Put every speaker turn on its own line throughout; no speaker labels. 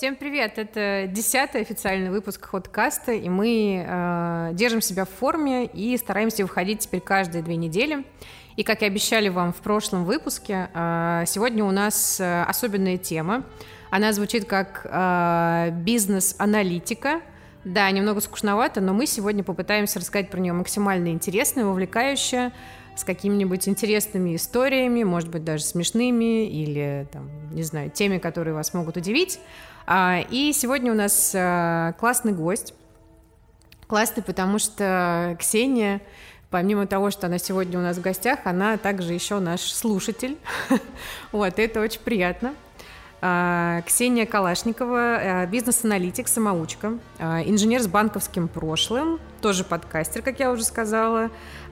Всем привет! Это 10-й официальный выпуск Ходкаста, и мы держим себя в форме и стараемся выходить теперь каждые 2 недели. И, как и обещали вам в прошлом выпуске, сегодня у нас особенная тема. Она звучит как бизнес-аналитика. Да, немного скучновато, но мы сегодня попытаемся рассказать про нее максимально интересно и вовлекающе, с какими-нибудь интересными историями, может быть, даже смешными или, там, не знаю, теми, которые вас могут удивить. И сегодня у нас классный гость. Классный, потому что Ксения, помимо того, что она сегодня у нас в гостях, она также еще наш слушатель. Вот, и это очень приятно. Ксения Калашникова, бизнес-аналитик, самоучка, инженер с банковским прошлым, тоже подкастер, как я уже сказала,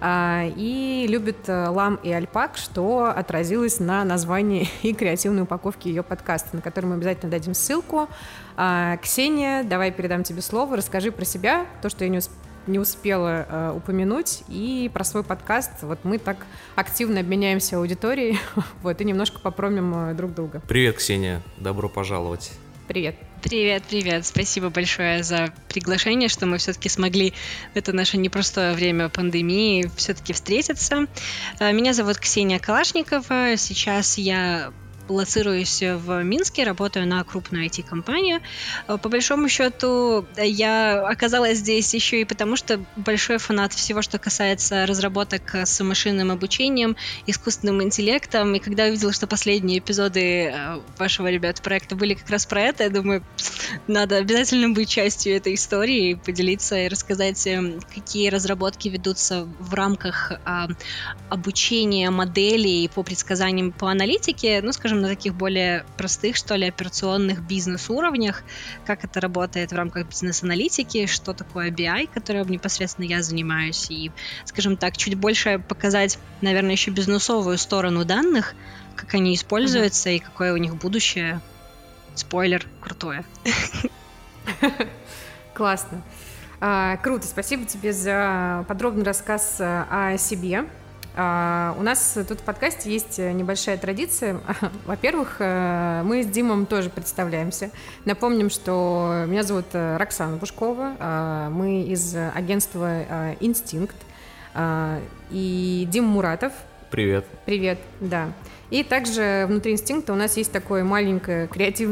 и любит лам и альпак, что отразилось на названии и креативной упаковке ее подкаста, на который мы обязательно дадим ссылку. Ксения, давай передам тебе слово, расскажи про себя, то, что я не успела упомянуть, и про свой подкаст. Вот мы так активно обменяемся аудиторией, вот, и немножко попромим друг друга.
Привет, Ксения, добро пожаловать.
Привет.
Привет. Спасибо большое за приглашение, что мы все-таки смогли в это наше непростое время пандемии все-таки встретиться. Меня зовут Ксения Калашникова. Сейчас я лоцируюсь в Минске, работаю на крупную IT-компанию. По большому счету, я оказалась здесь еще и потому, что большой фанат всего, что касается разработок с машинным обучением, искусственным интеллектом. И когда увидела, что последние эпизоды вашего, ребят, проекта были как раз про это, я думаю, надо обязательно быть частью этой истории, поделиться и рассказать, какие разработки ведутся в рамках обучения моделей по предсказаниям по аналитике, ну, скажем, на таких более простых, что ли, операционных бизнес-уровнях, как это работает в рамках бизнес-аналитики, что такое BI, которым непосредственно я занимаюсь, и, скажем так, чуть больше показать, наверное, еще бизнесовую сторону данных, как они используются и какое у них будущее. Спойлер, крутое.
Классно. Круто, спасибо тебе за подробный рассказ о себе. У нас тут в подкасте есть небольшая традиция. Во-первых, мы с Димом тоже представляемся. Напомним, что меня зовут Роксана Пушкова. Мы из агентства «Инстинкт». И Дима Муратов.
Привет.
Привет, да. И также внутри «Инстинкта» у нас есть такое маленькое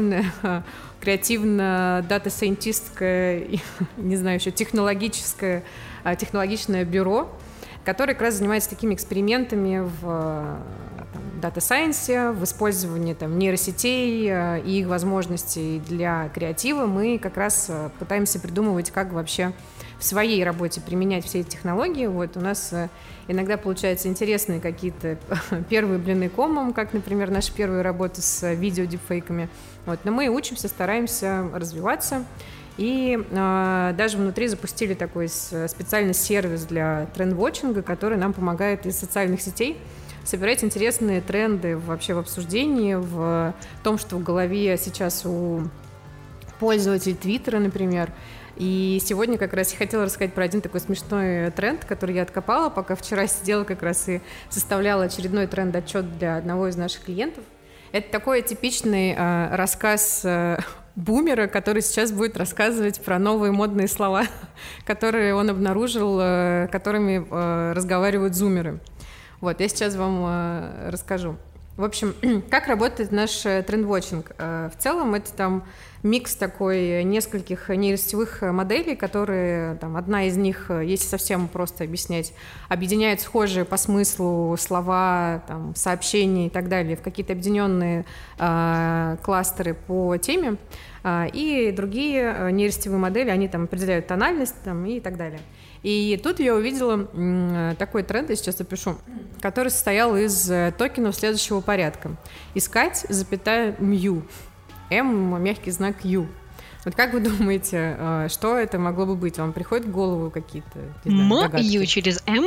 креативно-дата-сайентистское, не знаю, еще технологичное бюро, который как раз занимается такими экспериментами в дата-сайенсе, в использовании нейросетей и их возможностей для креатива. Мы как раз пытаемся придумывать, как вообще в своей работе применять все эти технологии. Вот у нас иногда получаются интересные какие-то первые блины комом, как, например, наша первая работа с видео-дипфейками. Вот. Но мы учимся, стараемся развиваться. И даже внутри запустили такой специальный сервис для тренд-вотчинга, который нам помогает из социальных сетей собирать интересные тренды вообще в обсуждении, в том, что в голове сейчас у пользователей Твиттера, например. И сегодня как раз я хотела рассказать про один такой смешной тренд, который я откопала, пока вчера сидела как раз и составляла очередной тренд-отчет для одного из наших клиентов. Это такой типичный рассказ бумера, который сейчас будет рассказывать про новые модные слова, которые он обнаружил, которыми разговаривают зумеры. Вот, я сейчас вам расскажу. В общем, как работает наш тренд-вотчинг? В целом это там микс такой нескольких нейросетевых моделей, которые, там, одна из них, если совсем просто объяснять, объединяет схожие по смыслу слова, там, сообщения и так далее в какие-то объединенные кластеры по теме, и другие нейросетевые модели, они там определяют тональность там, и так далее. И тут я увидела такой тренд, я сейчас опишу, который состоял из токенов следующего порядка. Искать, запятая, мью. М, мягкий знак Ю. Вот как вы думаете, что это могло бы быть? Вам приходят в голову какие-то догадки?
Ю через М?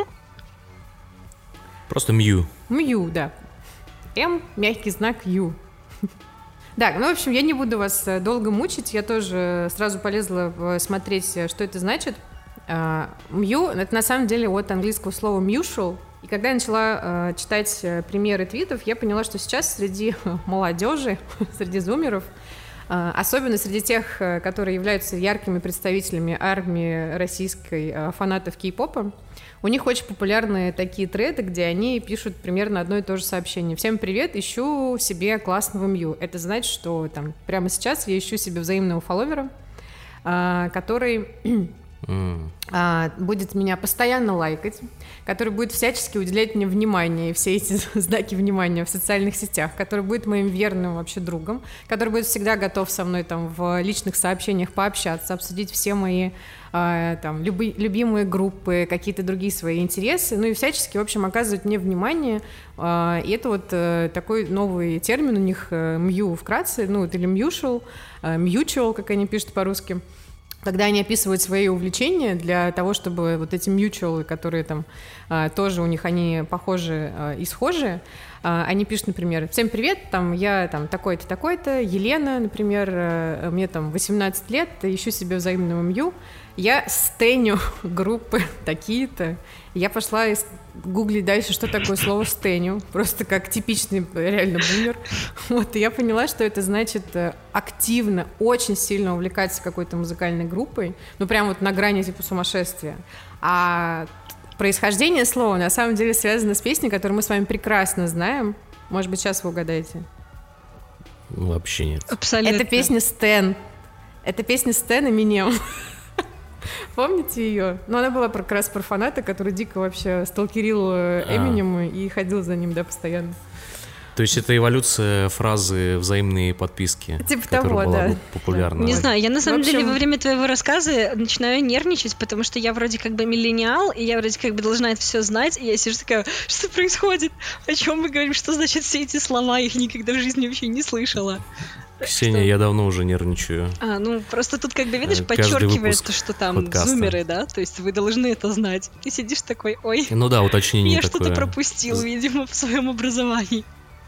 Просто мью.
Мью, да. М, мягкий знак Ю. Да, ну, в общем, я не буду вас долго мучить. Я тоже сразу полезла смотреть, что это значит. Мью — это на самом деле от английского слова mutual. И когда я начала читать примеры твитов, я поняла, что сейчас среди молодежи, среди зумеров Особенно среди тех, которые являются яркими представителями армии российской фанатов кей-попа. У них очень популярны такие треды, где они пишут примерно одно и то же сообщение. «Всем привет, ищу себе классного Мью». Это значит, что там прямо сейчас я ищу себе взаимного фолловера, который будет меня постоянно лайкать, который будет всячески уделять мне внимание, и все эти знаки внимания в социальных сетях, который будет моим верным вообще другом, который будет всегда готов со мной там в личных сообщениях пообщаться, обсудить все мои там любимые группы, какие-то другие свои интересы, ну и всячески, в общем, оказывать мне внимание. И это вот такой новый термин у них, Мью вкратце, ну, или mutual, как они пишут по-русски, когда они описывают свои увлечения для того, чтобы вот эти mutual, которые там тоже у них, они похожи и схожи, они пишут, например, «Всем привет, там, я там такой-то, такой-то, Елена, например, мне там 18 лет, ищу себе взаимного Мью, я стеню группы такие-то». Я пошла гуглить дальше, что такое слово «стеню», просто как типичный реально бумер. Вот, и я поняла, что это значит активно, очень сильно увлекаться какой-то музыкальной группой, ну прям вот на грани типа сумасшествия. А происхождение слова на самом деле связано с песней, которую мы с вами прекрасно знаем. Может быть, сейчас вы угадаете?
Вообще нет.
Абсолютно.
Это песня «Стэн». Это песня «Стэн» Эминем. Помните ее? Ну, она была как раз про фаната, который дико вообще сталкерил Эминема и ходил за ним, да, постоянно.
То есть это эволюция фразы «взаимные подписки»,
типа
которая
того,
была
да.
популярна.
Не знаю, я на самом деле
общем...
во время твоего рассказа начинаю нервничать, потому что я вроде как бы миллениал, и я вроде как бы должна это все знать, и я сижу такая, что происходит? О чем мы говорим? Что значит все эти слова? Я их никогда в жизни вообще не слышала.
Ксения, я давно уже нервничаю.
Ну просто тут как бы, видишь,
Каждый
подчеркивается, что там
подкаста.
зумеры, да? То есть вы должны это знать. Ты сидишь такой, ой,
Ну да, уточнение
я
такое.
что-то пропустил, видимо, в своем образовании.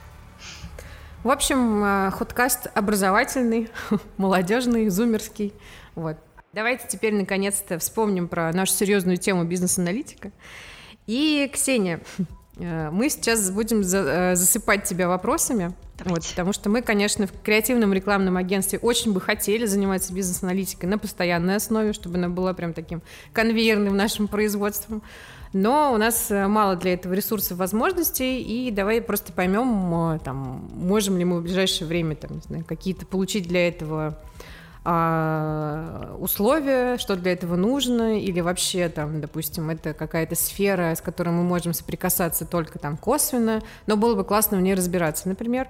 В общем, ходкаст образовательный, молодежный, зумерский. Вот. Давайте теперь наконец-то вспомним про нашу серьезную тему бизнес-аналитика. И, Ксения, мы сейчас будем засыпать тебя вопросами. Вот, потому что мы, конечно, в креативном рекламном агентстве очень бы хотели заниматься бизнес-аналитикой на постоянной основе, чтобы она была прям таким конвейерным нашим производством. Но у нас мало для этого ресурсов, возможностей, и давай просто поймем, там, можем ли мы в ближайшее время там, не знаю, какие-то получить для этого условия, что для этого нужно, или вообще, там, допустим, это какая-то сфера, с которой мы можем соприкасаться только там косвенно, но было бы классно в ней разбираться, например.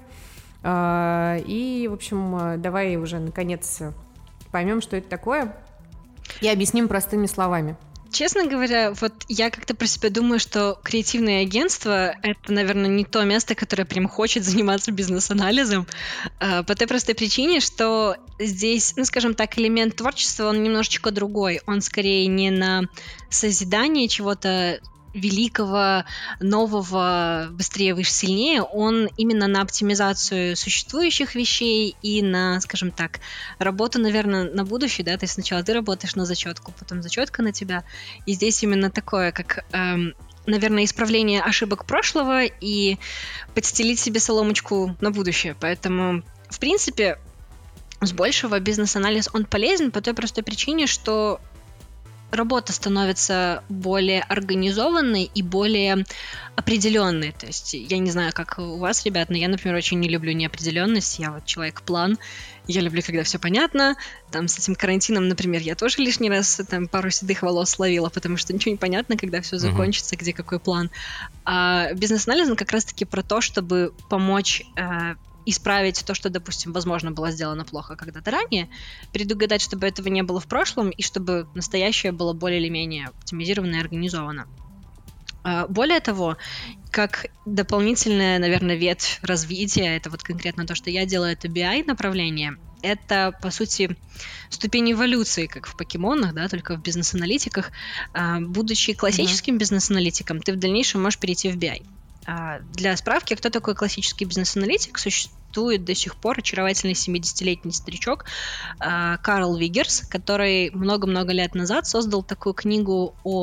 И, в общем, давай уже наконец поймем, что это такое, и объясним простыми словами.
Честно говоря, вот я как-то про себя думаю, что креативное агентство — это, наверное, не то место, которое прям хочет заниматься бизнес-анализом, по той простой причине, что здесь, ну, скажем так, элемент творчества, он немножечко другой. Он скорее не на созидание чего-то великого, нового, быстрее, выше, сильнее, он именно на оптимизацию существующих вещей и на, скажем так, работу, наверное, на будущее, да, то есть сначала ты работаешь на зачетку, потом зачетка на тебя, и здесь именно такое, как, наверное, исправление ошибок прошлого и подстелить себе соломочку на будущее, поэтому, в принципе, с большего бизнес-анализ, он полезен по той простой причине, что работа становится более организованной и более определенной. То есть я не знаю, как у вас, ребят, но я, например, очень не люблю неопределенность. Я вот человек-план. Я люблю, когда все понятно. Там с этим карантином, например, я тоже лишний раз там пару седых волос словила, потому что ничего не понятно, когда все закончится, где какой план. А бизнес-анализ, он как раз-таки про то, чтобы помочь исправить то, что, допустим, возможно, было сделано плохо когда-то ранее, предугадать, чтобы этого не было в прошлом, и чтобы настоящее было более или менее оптимизировано и организовано. Более того, как дополнительная, наверное, ветвь развития, это вот конкретно то, что я делаю, это BI-направление, это, по сути, ступень эволюции, как в покемонах, да, только в бизнес-аналитиках. Будучи классическим бизнес-аналитиком, ты в дальнейшем можешь перейти в BI. Для справки, кто такой классический бизнес-аналитик, существует до сих пор очаровательный 70-летний старичок Карл Виггерс, который много-много лет назад создал такую книгу о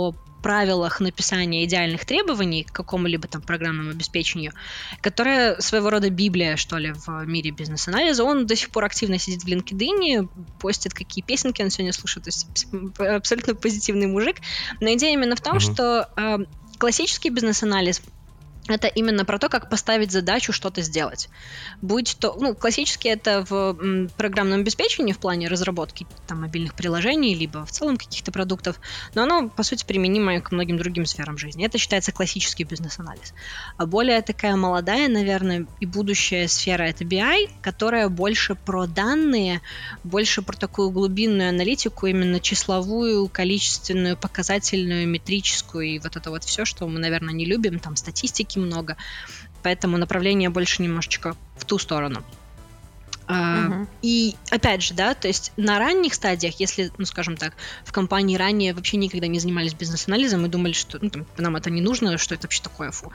правилах написания идеальных требований к какому-либо там программному обеспечению, которое своего рода библия, что ли, в мире бизнес-анализа. Он до сих пор активно сидит в LinkedIn, постит, какие песенки он сегодня слушает, то есть абсолютно позитивный мужик. Но идея именно в том, что классический бизнес-анализ — это именно про то, как поставить задачу что-то сделать. Будь то, классически это в программном обеспечении в плане разработки там, мобильных приложений, либо в целом каких-то продуктов, но оно, по сути, применимо к многим другим сферам жизни. Это считается классический бизнес-анализ. А более такая молодая, наверное, и будущая сфера — это BI, которая больше про данные, больше про такую глубинную аналитику, именно числовую, количественную, показательную, метрическую, и вот это вот все, что мы, наверное, не любим, там статистики много, поэтому направление больше немножечко в ту сторону. И опять же, да, то есть на ранних стадиях, если, скажем так, в компании ранее вообще никогда не занимались бизнес-анализом и думали, что нам это не нужно, что это вообще такое, фу.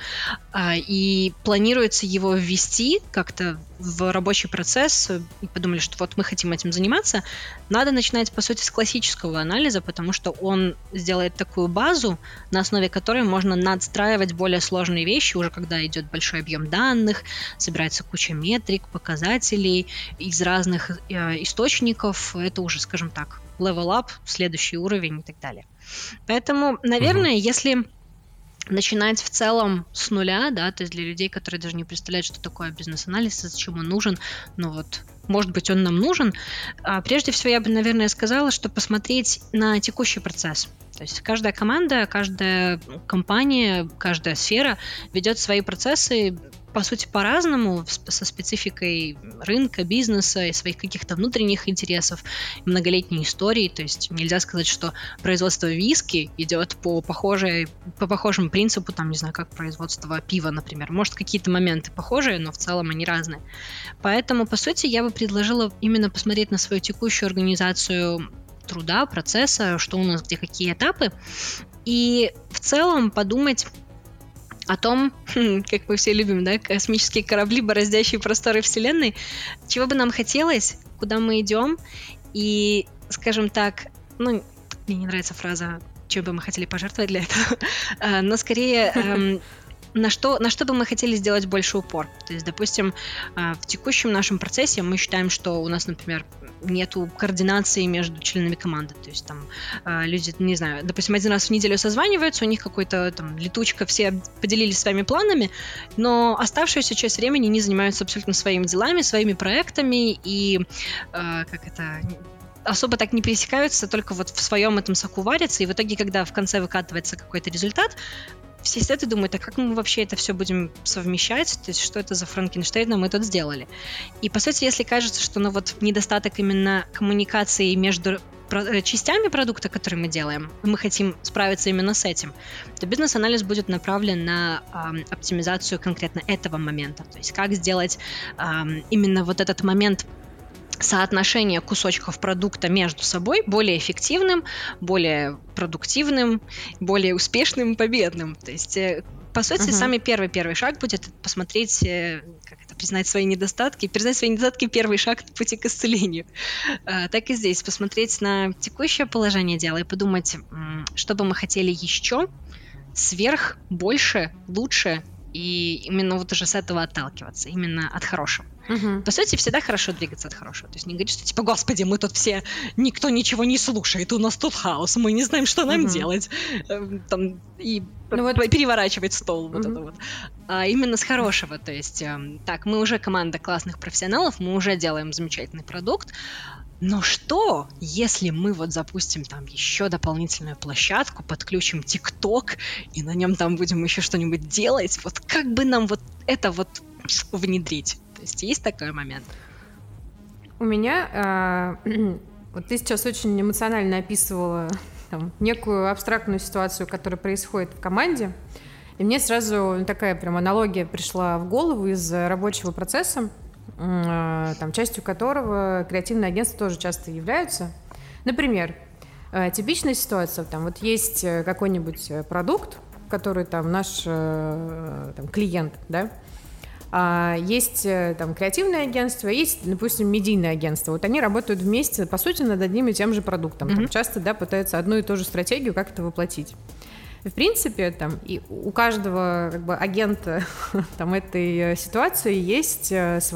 И планируется его ввести как-то в рабочий процесс, и подумали, что вот мы хотим этим заниматься, надо начинать, по сути, с классического анализа, потому что он сделает такую базу, на основе которой можно надстраивать более сложные вещи, уже когда идет большой объем данных, собирается куча метрик, показателей из разных источников, это уже, скажем так, level up, следующий уровень и так далее. Поэтому, наверное, если начинать в целом с нуля, да, то есть для людей, которые даже не представляют, что такое бизнес-анализ, зачем он нужен, может быть, он нам нужен. Прежде всего, я бы, наверное, сказала, что посмотреть на текущий процесс. То есть каждая команда, каждая компания, каждая сфера ведет свои процессы, по сути, по-разному, со спецификой рынка, бизнеса и своих каких-то внутренних интересов, многолетней истории. То есть нельзя сказать, что производство виски идет по похожему принципу, там, не знаю, как производство пива, например. Может, какие-то моменты похожие, но в целом они разные. Поэтому, по сути, я бы предложила именно посмотреть на свою текущую организацию труда, процесса, что у нас, где какие этапы, и в целом подумать о том, как мы все любим, да, космические корабли, бороздящие просторы Вселенной, чего бы нам хотелось, куда мы идем, и, скажем так, мне не нравится фраза, чем бы мы хотели пожертвовать для этого, но скорее на что бы мы хотели сделать больше упор. То есть, допустим, в текущем нашем процессе мы считаем, что у нас, например, нету координации между членами команды. То есть там люди, не знаю, допустим, один раз в неделю созваниваются, у них какой-то там летучка, все поделились своими планами, но оставшуюся часть времени не занимаются абсолютно своими делами, своими проектами и особо так не пересекаются, только вот в своем этом соку варятся, и в итоге, когда в конце выкатывается какой-то результат, все сидят и думают, а как мы вообще это все будем совмещать, то есть что это за Франкенштейна мы тут сделали. И по сути, если кажется, что недостаток именно коммуникации между частями продукта, который мы делаем, мы хотим справиться именно с этим, то бизнес-анализ будет направлен на оптимизацию конкретно этого момента, то есть как сделать именно вот этот момент соотношение кусочков продукта между собой более эффективным, более продуктивным, более успешным, победным. То есть, по сути, самый первый шаг будет посмотреть, признать свои недостатки. Признать свои недостатки — первый шаг на пути к исцелению. Так и здесь. Посмотреть на текущее положение дела и подумать, что бы мы хотели еще сверх, больше, лучше, и именно вот уже с этого отталкиваться, именно от хорошего. По сути, всегда хорошо двигаться от хорошего. То есть не говорить, что типа, господи, мы тут все, никто ничего не слушает, у нас тут хаос, мы не знаем, что нам делать. Переворачивать стол. Вот это вот. А именно с хорошего. То есть, так, мы уже команда классных профессионалов, мы уже делаем замечательный продукт, но что, если мы запустим там еще дополнительную площадку, подключим ТикТок, и на нем там будем еще что-нибудь делать? Вот как бы нам это внедрить? То есть такой момент?
У меня... ты сейчас очень эмоционально описывала некую абстрактную ситуацию, которая происходит в команде. И мне сразу такая прям аналогия пришла в голову из рабочего процесса, частью которого креативные агентства тоже часто являются. Например, типичная ситуация, есть какой-нибудь продукт, который наш клиент, да, есть креативное агентство, есть, допустим, медийное агентство. Они работают вместе, по сути, над одним и тем же продуктом. Часто, пытаются одну и ту же стратегию как-то воплотить. И, в принципе, там, и у каждого как бы агента там, этой ситуации есть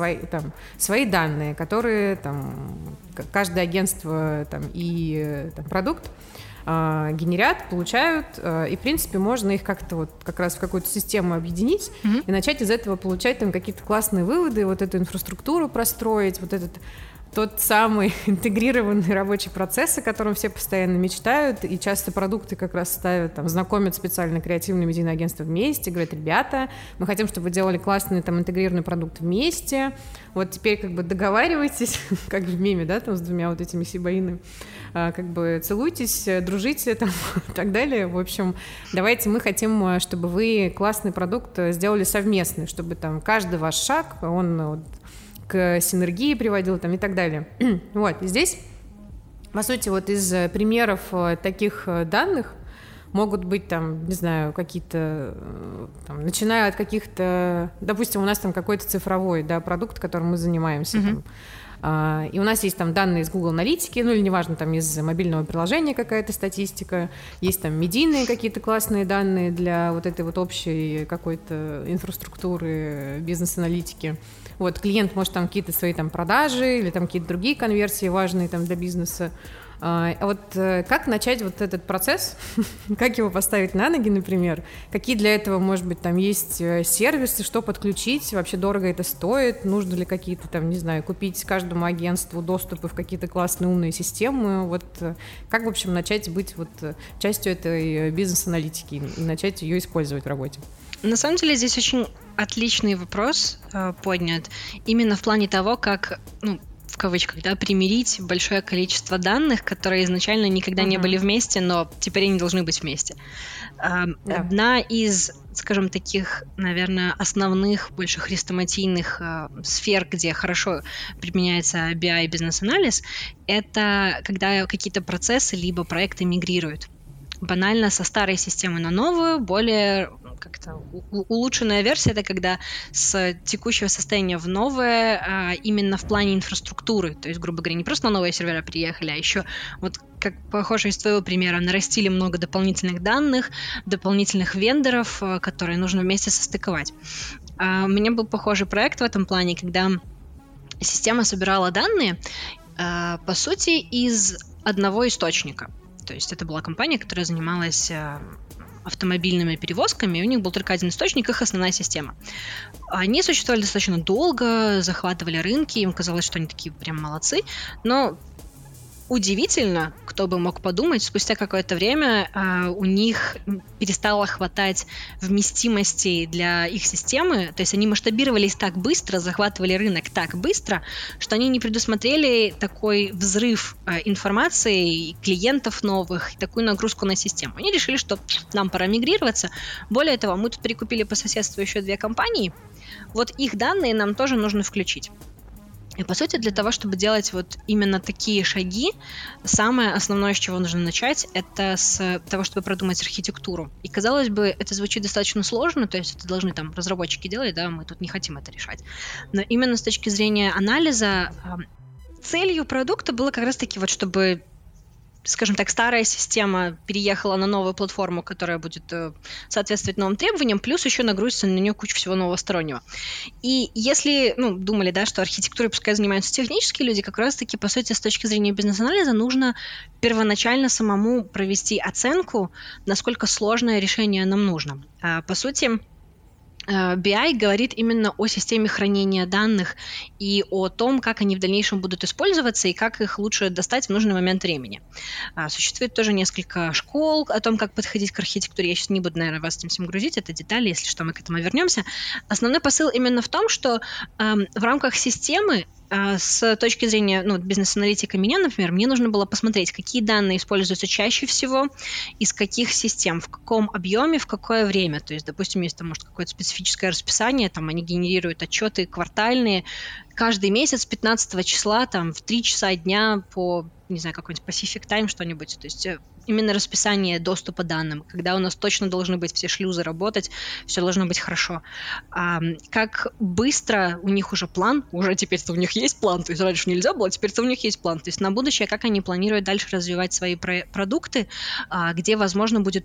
свои данные, которые там, каждое агентство там, и там, продукт генерят, получают, и, в принципе, можно их как-то вот как раз в какую-то систему объединить и начать из этого получать там какие-то классные выводы, вот эту инфраструктуру простроить, вот этот тот самый интегрированный рабочий процесс, о котором все постоянно мечтают, и часто продукты как раз ставят, там, знакомят специально креативные медийные агентства вместе, говорят: ребята, мы хотим, чтобы вы делали классный там интегрированный продукт вместе, вот теперь как бы договаривайтесь, как в меме, да, там с двумя вот этими сибаинами, как бы целуйтесь, дружите там и так далее. В общем, давайте мы хотим, чтобы вы классный продукт сделали совместный, чтобы там каждый ваш шаг, он вот к синергии приводил там, и так далее. Вот, и здесь, по сути, вот из примеров таких данных могут быть там, не знаю, какие-то, там, начиная от каких-то, допустим, у нас там какой-то цифровой, да, продукт, которым мы занимаемся, там, и у нас есть там данные из Google Аналитики, ну или неважно, там из мобильного приложения какая-то статистика, есть там медийные какие-то классные данные для вот этой вот общей какой-то инфраструктуры бизнес-аналитики. Вот, клиент может там какие-то свои там продажи или там какие-то другие конверсии важные там для бизнеса. А вот как начать вот этот процесс, как его поставить на ноги, например, какие для этого, может быть, там есть сервисы, что подключить, вообще дорого это стоит, нужно ли какие-то там, не знаю, купить каждому агентству доступы в какие-то классные умные системы, вот как, в общем, начать быть вот частью этой бизнес-аналитики и начать ее использовать в работе?
На самом деле здесь очень отличный вопрос поднят, именно в плане того, как, ну, в кавычках, да, примирить большое количество данных, которые изначально никогда не были вместе, но теперь они должны быть вместе. Одна из, скажем, таких, наверное, основных, больше хрестоматийных сфер, где хорошо применяется BI бизнес-анализ, это когда какие-то процессы либо проекты мигрируют. Банально со старой системы на новую, более как-то улучшенная версия — это когда с текущего состояния в новое, именно в плане инфраструктуры, то есть, грубо говоря, не просто на новые сервера приехали, а еще, вот как похоже из твоего примера, нарастили много дополнительных данных, дополнительных вендоров, которые нужно вместе состыковать. У меня был похожий проект в этом плане, когда система собирала данные, по сути, из одного источника. То есть это была компания, которая занималась автомобильными перевозками, и у них был только один источник, их основная система. Они существовали достаточно долго, захватывали рынки, им казалось, что они такие прям молодцы, но удивительно, кто бы мог подумать, спустя какое-то время у них перестало хватать вместимости для их системы, то есть они масштабировались так быстро, захватывали рынок так быстро, что они не предусмотрели такой взрыв информации, клиентов новых, такую нагрузку на систему. Они решили, что нам пора мигрироваться. Более того, мы тут перекупили по соседству еще 2 компании, вот их данные нам тоже нужно включить. И, по сути, для того, чтобы делать вот именно такие шаги, самое основное, с чего нужно начать, это с того, чтобы продумать архитектуру. И, казалось бы, это звучит достаточно сложно, то есть это должны там разработчики делать, да, мы тут не хотим это решать. Но именно с точки зрения анализа, целью продукта было как раз-таки вот, чтобы, скажем так, старая система переехала на новую платформу, которая будет соответствовать новым требованиям, плюс еще нагрузится на нее куча всего нового стороннего. И если, думали, да, что архитектурой пускай занимаются технические люди, как раз-таки, по сути, с точки зрения бизнес-анализа нужно первоначально самому провести оценку, насколько сложное решение нам нужно. По сути, BI говорит именно о системе хранения данных и о том, как они в дальнейшем будут использоваться и как их лучше достать в нужный момент времени. Существует тоже несколько школ о том, как подходить к архитектуре. Я сейчас не буду, наверное, вас этим всем грузить, это детали, если что, мы к этому вернемся. Основной посыл именно в том, что в рамках системы с точки зрения бизнес-аналитика меня, например, мне нужно было посмотреть, какие данные используются чаще всего, из каких систем, в каком объеме, в какое время. То есть, допустим, есть там, может, какое-то специфическое расписание, там они генерируют отчеты квартальные, каждый месяц 15 числа, там, в 3 часа дня по, не знаю, какой-нибудь Pacific Time, что-нибудь. То есть именно расписание доступа к данным, когда у нас точно должны быть все шлюзы работать, все должно быть хорошо. Как быстро у них уже план, уже теперь-то у них есть план, то есть раньше нельзя было, теперь-то у них есть план. То есть на будущее, как они планируют дальше развивать свои продукты, где, возможно, будет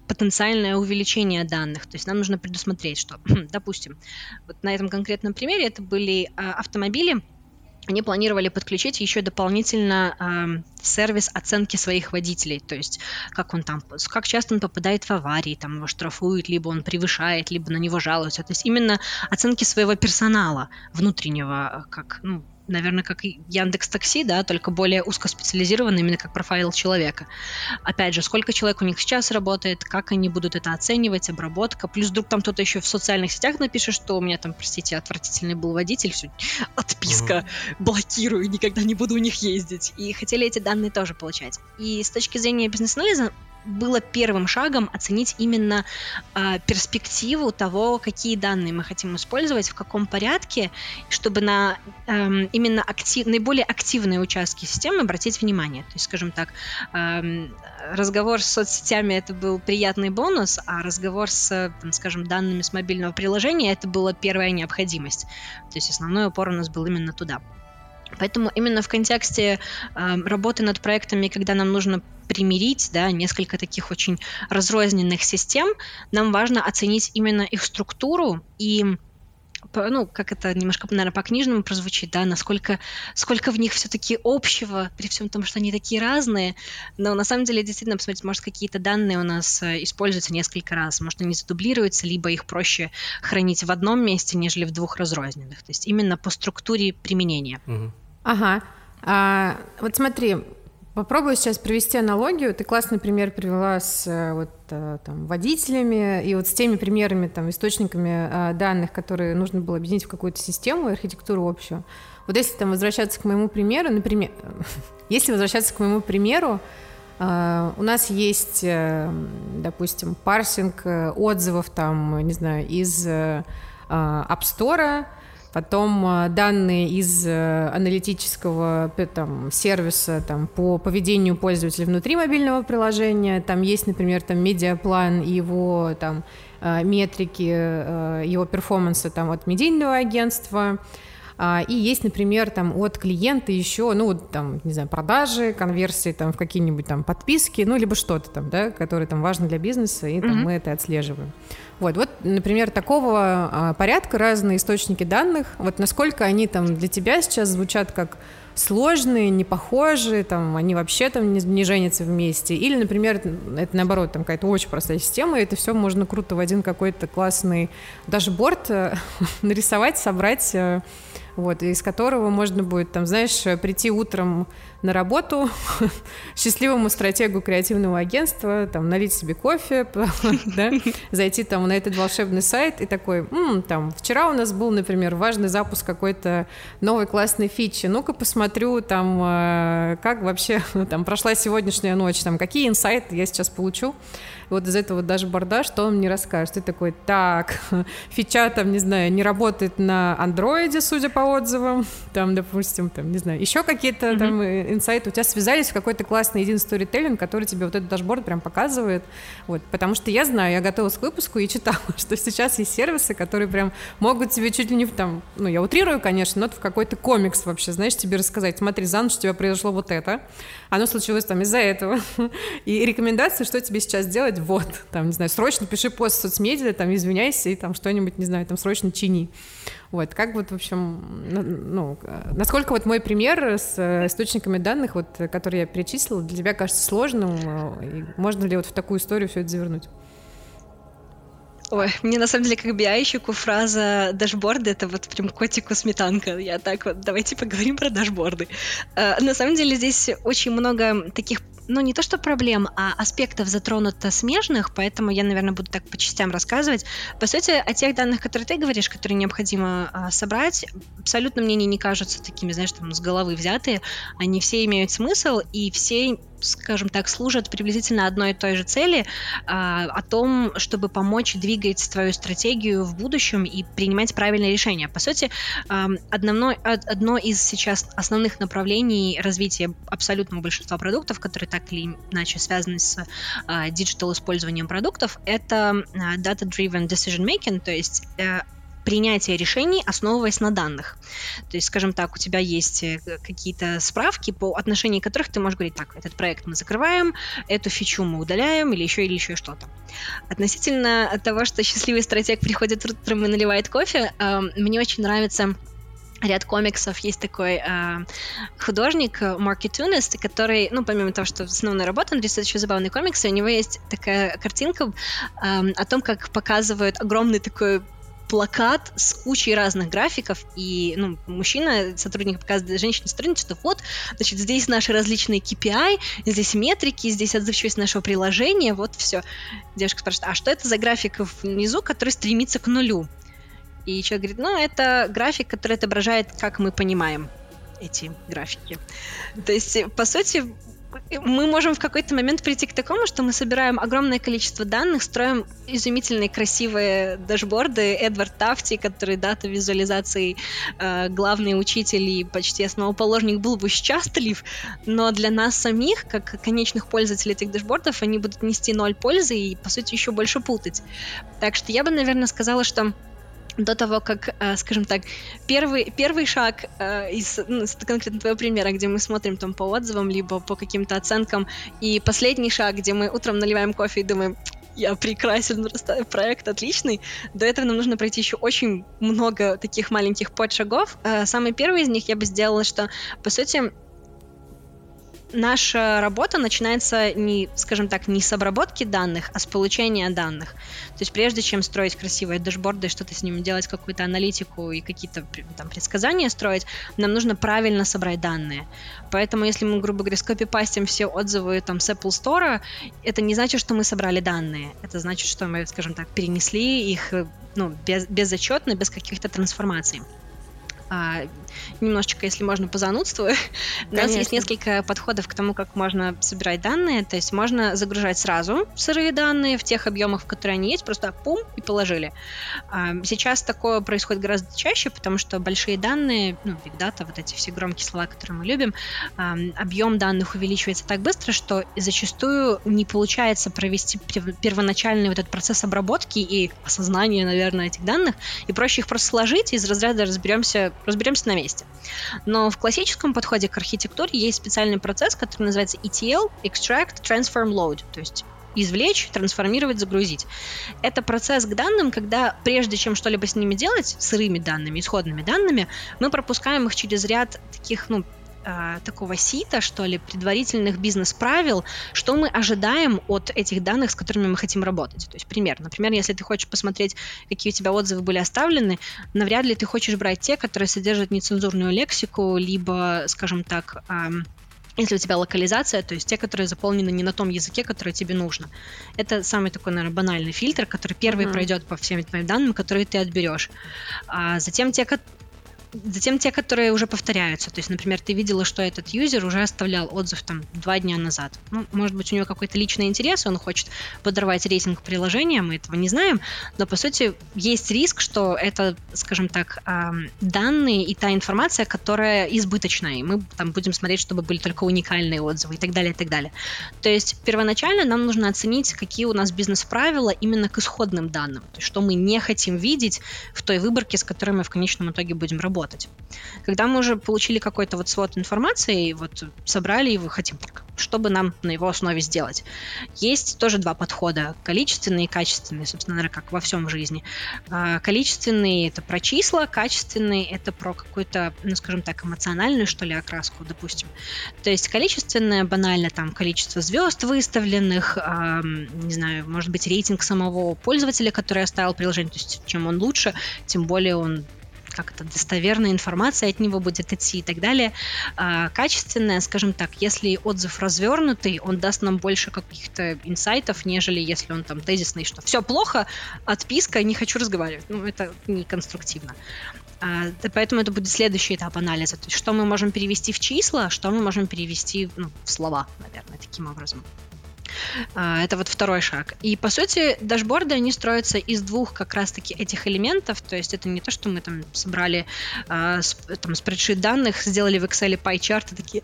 потенциальное увеличение данных. То есть нам нужно предусмотреть, что, допустим, вот на этом конкретном примере это были автомобили. Они планировали подключить еще дополнительно сервис оценки своих водителей, то есть как часто он попадает в аварии, там его штрафуют, либо он превышает, либо на него жалуются. То есть именно оценки своего персонала внутреннего, наверное, как и Яндекс.Такси, да, только более узкоспециализированный, именно как профайл человека. Опять же, сколько человек у них сейчас работает, как они будут это оценивать, обработка. Плюс вдруг там кто-то еще в социальных сетях напишет, что у меня там, простите, отвратительный был водитель, все, отписка, блокирую, никогда не буду у них ездить. И хотели эти данные тоже получать. И с точки зрения бизнес-анализа было первым шагом оценить именно перспективу того, какие данные мы хотим использовать, в каком порядке, чтобы на именно наиболее активные участки системы обратить внимание. То есть, скажем так, разговор с соцсетями — это был приятный бонус, а разговор с, скажем, данными с мобильного приложения — это была первая необходимость. То есть основной упор у нас был именно туда. Поэтому именно в контексте работы над проектами, когда нам нужно примирить, да, несколько таких очень разрозненных систем, нам важно оценить именно их структуру и, как это немножко, наверное, по-книжному прозвучит, да, насколько в них все-таки общего, при всем том, что они такие разные, но на самом деле действительно посмотреть, может, какие-то данные у нас используются несколько раз, может, они задублируются, либо их проще хранить в одном месте, нежели в двух разрозненных, то есть именно по структуре применения.
Ага. Вот смотри, попробую сейчас провести аналогию. Ты классный пример привела с водителями и вот с теми примерами, источниками данных, которые нужно было объединить в какую-то систему, архитектуру общую. Вот если возвращаться к моему примеру, у нас есть, допустим, парсинг отзывов из App Store, потом данные из аналитического сервиса по поведению пользователя внутри мобильного приложения. Там есть, например, медиаплан и его метрики, его перформанса от медийного агентства. И есть, например, от клиента еще, продажи, конверсии в какие-нибудь подписки, либо что-то которое важно для бизнеса, и мы это отслеживаем. Вот, например, такого порядка разные источники данных. Вот насколько они для тебя сейчас звучат как сложные, не похожие, они вообще не женятся вместе. Или, например, это наоборот, какая-то очень простая система, и это все можно круто в один какой-то классный дашборд нарисовать, собрать, из которого можно будет, прийти утром на работу счастливому стратегу креативного агентства, налить себе кофе, зайти на этот волшебный сайт и такой, вчера у нас был, например, важный запуск какой-то новой классной фичи, ну-ка посмотрю, как вообще прошла сегодняшняя ночь, какие инсайты я сейчас получу. Вот из этого дашборда, что он мне расскажет. Ты такой, фича не работает на андроиде, судя по отзывам, допустим, еще какие-то инсайты. У тебя связались в какой-то классный единый сторителлинг, который тебе вот этот дашборд прям показывает. Вот, потому что я знаю, я готовилась к выпуску и читала, что сейчас есть сервисы, которые прям могут тебе чуть ли не я утрирую, конечно, но в какой-то комикс вообще, тебе рассказать. Смотри, за ночь у тебя произошло вот это, оно случилось из-за этого. И рекомендации, что тебе сейчас делать, срочно пиши пост в соцмедиа, извиняйся и что-нибудь, срочно чини. Вот, в общем, насколько мой пример с источниками данных, который я перечислила, для тебя кажется сложным, и можно ли в такую историю все это завернуть?
Ой, мне на самом деле как BI-щику фраза «дашборды» — это прям котику сметанка. Я давайте поговорим про дашборды. На самом деле здесь очень много таких, не то что проблем, а аспектов затронуто смежных, поэтому я, наверное, буду так по частям рассказывать. По сути, о тех данных, которые ты говоришь, которые необходимо собрать, абсолютно мне не кажутся такими, с головы взятые. Они все имеют смысл, и все, скажем так, служат приблизительно одной и той же цели, о том, чтобы помочь двигать твою стратегию в будущем и принимать правильные решения. По сути, одно из сейчас основных направлений развития абсолютного большинства продуктов, которые так или иначе связаны с диджитал-использованием продуктов, это data-driven decision-making, то есть принятия решений, основываясь на данных. То есть, скажем так, у тебя есть какие-то справки, по отношению которых ты можешь говорить, так, этот проект мы закрываем, эту фичу мы удаляем или еще что-то. Относительно того, что счастливый стратег приходит утром и наливает кофе, мне очень нравится ряд комиксов. Есть такой художник Марк Итунес, который, помимо того, что основная работа, он рисует еще забавные комиксы, у него есть такая картинка о том, как показывают огромный такой плакат с кучей разных графиков, и мужчина, сотрудник показывает женщине сотруднику, что вот, значит, здесь наши различные KPI, здесь метрики, здесь отзывчивость нашего приложения, вот все. Девушка спрашивает, а что это за график внизу, который стремится к нулю? И человек говорит, это график, который отображает, как мы понимаем эти графики. То есть, по сути, мы можем в какой-то момент прийти к такому, что мы собираем огромное количество данных, строим изумительные, красивые дашборды. Эдвард Тафти, который дата-визуализации главный учитель и почти основоположник, был бы счастлив, но для нас самих, как конечных пользователей этих дашбордов, они будут нести 0 пользы и, по сути, еще больше путать. Так что я бы, наверное, сказала, что до того, как, скажем так, первый шаг из конкретно твоего примера, где мы смотрим там по отзывам, либо по каким-то оценкам, и последний шаг, где мы утром наливаем кофе и думаем, я прекрасен, проект отличный, до этого нам нужно пройти еще очень много таких маленьких подшагов. Самый первый из них я бы сделала, что, по сути, наша работа начинается не с обработки данных, а с получения данных. То есть прежде чем строить красивые дашборды, что-то с ними делать, какую-то аналитику и какие-то там предсказания строить, нам нужно правильно собрать данные. Поэтому если мы, грубо говоря, скопипастим все отзывы там с Apple Store, это не значит, что мы собрали данные. Это значит, что мы, скажем так, перенесли их безотчетно, без каких-то трансформаций. Немножечко, если можно, позанудствую. У нас есть несколько подходов к тому, как можно собирать данные. То есть можно загружать сразу сырые данные в тех объемах, в которые они есть, просто пум, и положили. Сейчас такое происходит гораздо чаще, потому что большие данные, big data, вот эти все громкие слова, которые мы любим, объем данных увеличивается так быстро, что зачастую не получается провести первоначальный вот этот процесс обработки и осознания, наверное, этих данных, и проще их просто сложить и из разряда разберемся на месте. Но в классическом подходе к архитектуре есть специальный процесс, который называется ETL, Extract, Transform, Load, то есть извлечь, трансформировать, загрузить. Это процесс к данным, когда прежде чем что-либо с ними делать, сырыми данными, исходными данными, мы пропускаем их через ряд таких, такого сита, что ли, предварительных бизнес-правил, что мы ожидаем от этих данных, с которыми мы хотим работать. То есть например, если ты хочешь посмотреть, какие у тебя отзывы были оставлены, навряд ли ты хочешь брать те, которые содержат нецензурную лексику, либо, скажем так, если у тебя локализация, то есть те, которые заполнены не на том языке, который тебе нужно. Это самый такой, наверное, банальный фильтр, который первый пройдет по всем твоим данным, которые ты отберешь. А затем те, которые уже повторяются. То есть, например, ты видела, что этот юзер уже оставлял отзыв 2 дня назад. Может быть, у него какой-то личный интерес, он хочет подорвать рейтинг приложения, мы этого не знаем, но, по сути, есть риск, что это, скажем так, данные и та информация, которая избыточная, и мы там будем смотреть, чтобы были только уникальные отзывы и так далее, и так далее. То есть, первоначально нам нужно оценить, какие у нас бизнес-правила именно к исходным данным, то есть, что мы не хотим видеть в той выборке, с которой мы в конечном итоге будем работать. Когда мы уже получили какой-то свод информации, собрали его, хотим так, что бы нам на его основе сделать. Есть тоже 2 подхода, количественный и качественный, собственно, наверное, как во всем в жизни. Количественный — это про числа, качественный — это про какую-то, скажем так, эмоциональную, что ли, окраску, допустим. То есть количественное банально, количество звезд выставленных, не знаю, может быть, рейтинг самого пользователя, который оставил приложение, то есть чем он лучше, тем более он достоверная информация от него будет идти и так далее. Качественная, скажем так, если отзыв развернутый, он даст нам больше каких-то инсайтов, нежели если он тезисный, что все плохо, отписка, не хочу разговаривать. Это не конструктивно. Поэтому это будет следующий этап анализа. То есть, что мы можем перевести в числа, что мы можем перевести в слова, наверное, таким образом. Это второй шаг. И, по сути, дашборды, они строятся из 2 как раз-таки этих элементов. То есть это не то, что мы собрали спредшит данных, сделали в Excel pie-чарт и такие,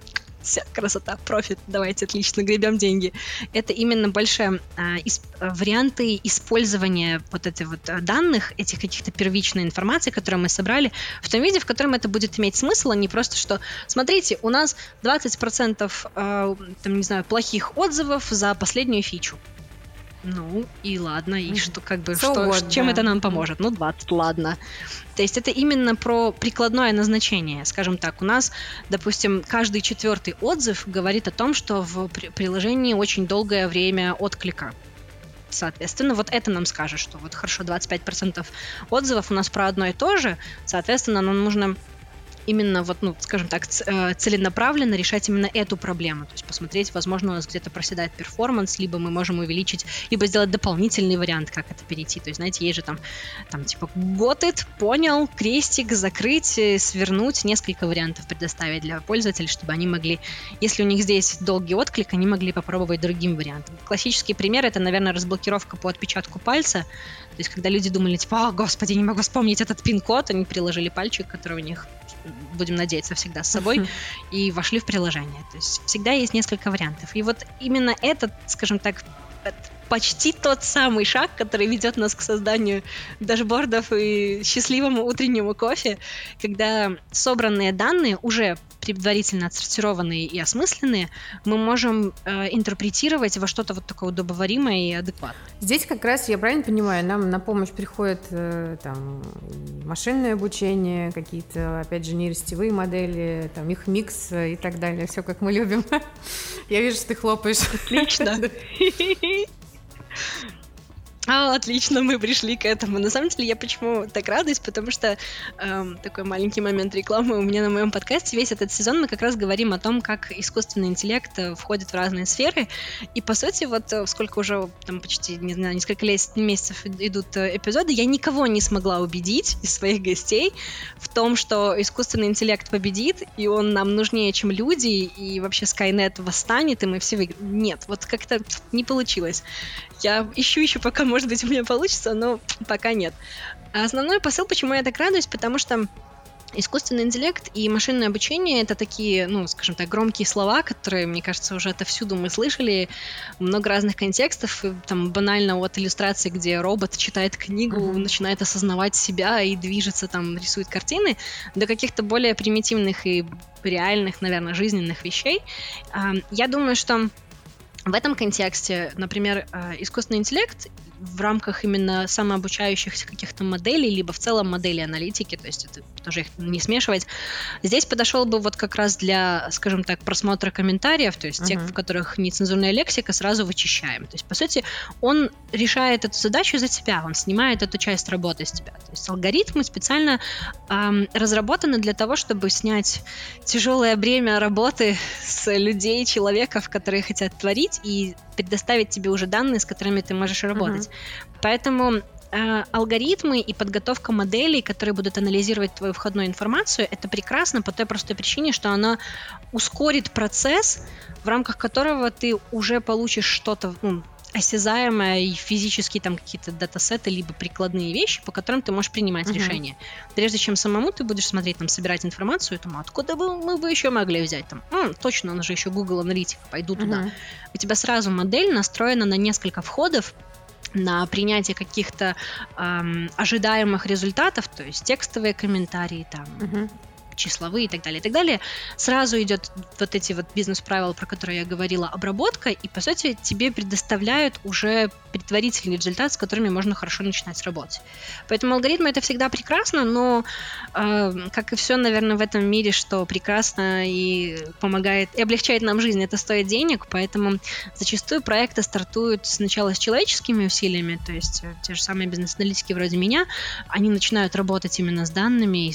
Вся красота, профит, давайте, отлично, гребем деньги. Это именно больше варианты использования вот этих вот данных, этих каких-то первичной информации, которую мы собрали, в том виде, в котором это будет иметь смысл, а не просто, что, смотрите, у нас 20% там, не знаю, плохих отзывов за последнюю фичу. Ну, и ладно, и что, как бы, чем это нам поможет? Ну, 20, ладно. То есть это именно про прикладное назначение. Скажем так, у нас, допустим, каждый 4-й отзыв говорит о том, что в приложении очень долгое время отклика. Соответственно, вот это нам скажет, что вот хорошо, 25% отзывов у нас про одно и то же, соответственно, нам нужно именно вот, ну, скажем так, целенаправленно решать именно эту проблему. То есть посмотреть, возможно, у нас где-то проседает перформанс, либо мы можем увеличить, либо сделать дополнительный вариант, как это перейти. То есть, знаете, есть же там типа got it, понял, крестик, закрыть, свернуть, несколько вариантов предоставить для пользователей, чтобы они могли, если у них здесь долгий отклик, они могли попробовать другим вариантом. Классический пример — это, наверное, разблокировка по отпечатку пальца. То есть, когда люди думали, типа, господи, не могу вспомнить этот пин-код, они приложили пальчик, который у них, будем надеяться, всегда с собой, и вошли в приложение. То есть всегда есть несколько вариантов. И вот именно этот, скажем так, почти тот самый шаг, который ведет нас к созданию дашбордов и счастливому утреннему кофе, когда собранные данные, уже предварительно отсортированные и осмысленные, мы можем интерпретировать во что-то вот такое удобоваримое и адекватное.
Здесь как раз, я правильно понимаю, нам на помощь приходит там машинное обучение, какие-то, опять же, нейросетевые модели, там их микс и так далее, все как мы любим. Я вижу, что ты хлопаешь.
Отлично. Отлично, мы пришли к этому. На самом деле, я почему так радуюсь, потому что такой маленький момент рекламы у меня на моем подкасте. Весь этот сезон мы как раз говорим о том, как искусственный интеллект входит в разные сферы. И, по сути, вот сколько уже там почти, не знаю, несколько месяцев идут эпизоды, я никого не смогла убедить из своих гостей в том, что искусственный интеллект победит, и он нам нужнее, чем люди, и вообще Skynet восстанет, и мы все выиграем. Нет, вот как-то не получилось. Я ищу, пока, может быть, у меня получится, но пока нет. А основной посыл, почему я так радуюсь, потому что искусственный интеллект и машинное обучение — это такие, ну, скажем так, громкие слова, которые, мне кажется, уже отовсюду мы слышали, много разных контекстов, там банально от иллюстрации, где робот читает книгу, начинает осознавать себя и движется, там, рисует картины, до каких-то более примитивных и реальных, наверное, жизненных вещей. Я думаю, что в этом контексте, например, искусственный интеллект в рамках именно самообучающихся каких-то моделей, либо в целом модели аналитики, то есть это тоже их не смешивать, здесь подошел бы вот как раз для, скажем так, просмотра комментариев, то есть тех, в которых нецензурная лексика, сразу вычищаем. То есть, по сути, он решает эту задачу за тебя, он снимает эту часть работы с тебя. То есть алгоритмы специально разработаны для того, чтобы снять тяжелое бремя работы с людей, человеков, которые хотят творить, и предоставить тебе уже данные, с которыми ты можешь работать. Поэтому алгоритмы и подготовка моделей, которые будут анализировать твою входную информацию, это прекрасно по той простой причине, что она ускорит процесс, в рамках которого ты уже получишь что-то осязаемое и физические там какие-то датасеты, либо прикладные вещи, по которым ты можешь принимать решения. Прежде чем самому ты будешь смотреть, там, собирать информацию, там, откуда мы бы еще могли взять, там, точно, у нас же еще Google Аналитика, пойду туда. У тебя сразу модель настроена на несколько входов, на принятие каких-то ожидаемых результатов, то есть текстовые комментарии, там, числовые и так далее, сразу идет вот эти вот бизнес-правила, про которые я говорила, обработка, и, по сути, тебе предоставляют уже предварительный результат, с которыми можно хорошо начинать работать. Поэтому алгоритмы — это всегда прекрасно, но, как и все, наверное, в этом мире, что прекрасно и помогает, и облегчает нам жизнь, это стоит денег, поэтому зачастую проекты стартуют сначала с человеческими усилиями, то есть те же самые бизнес-аналитики вроде меня, они начинают работать именно с данными,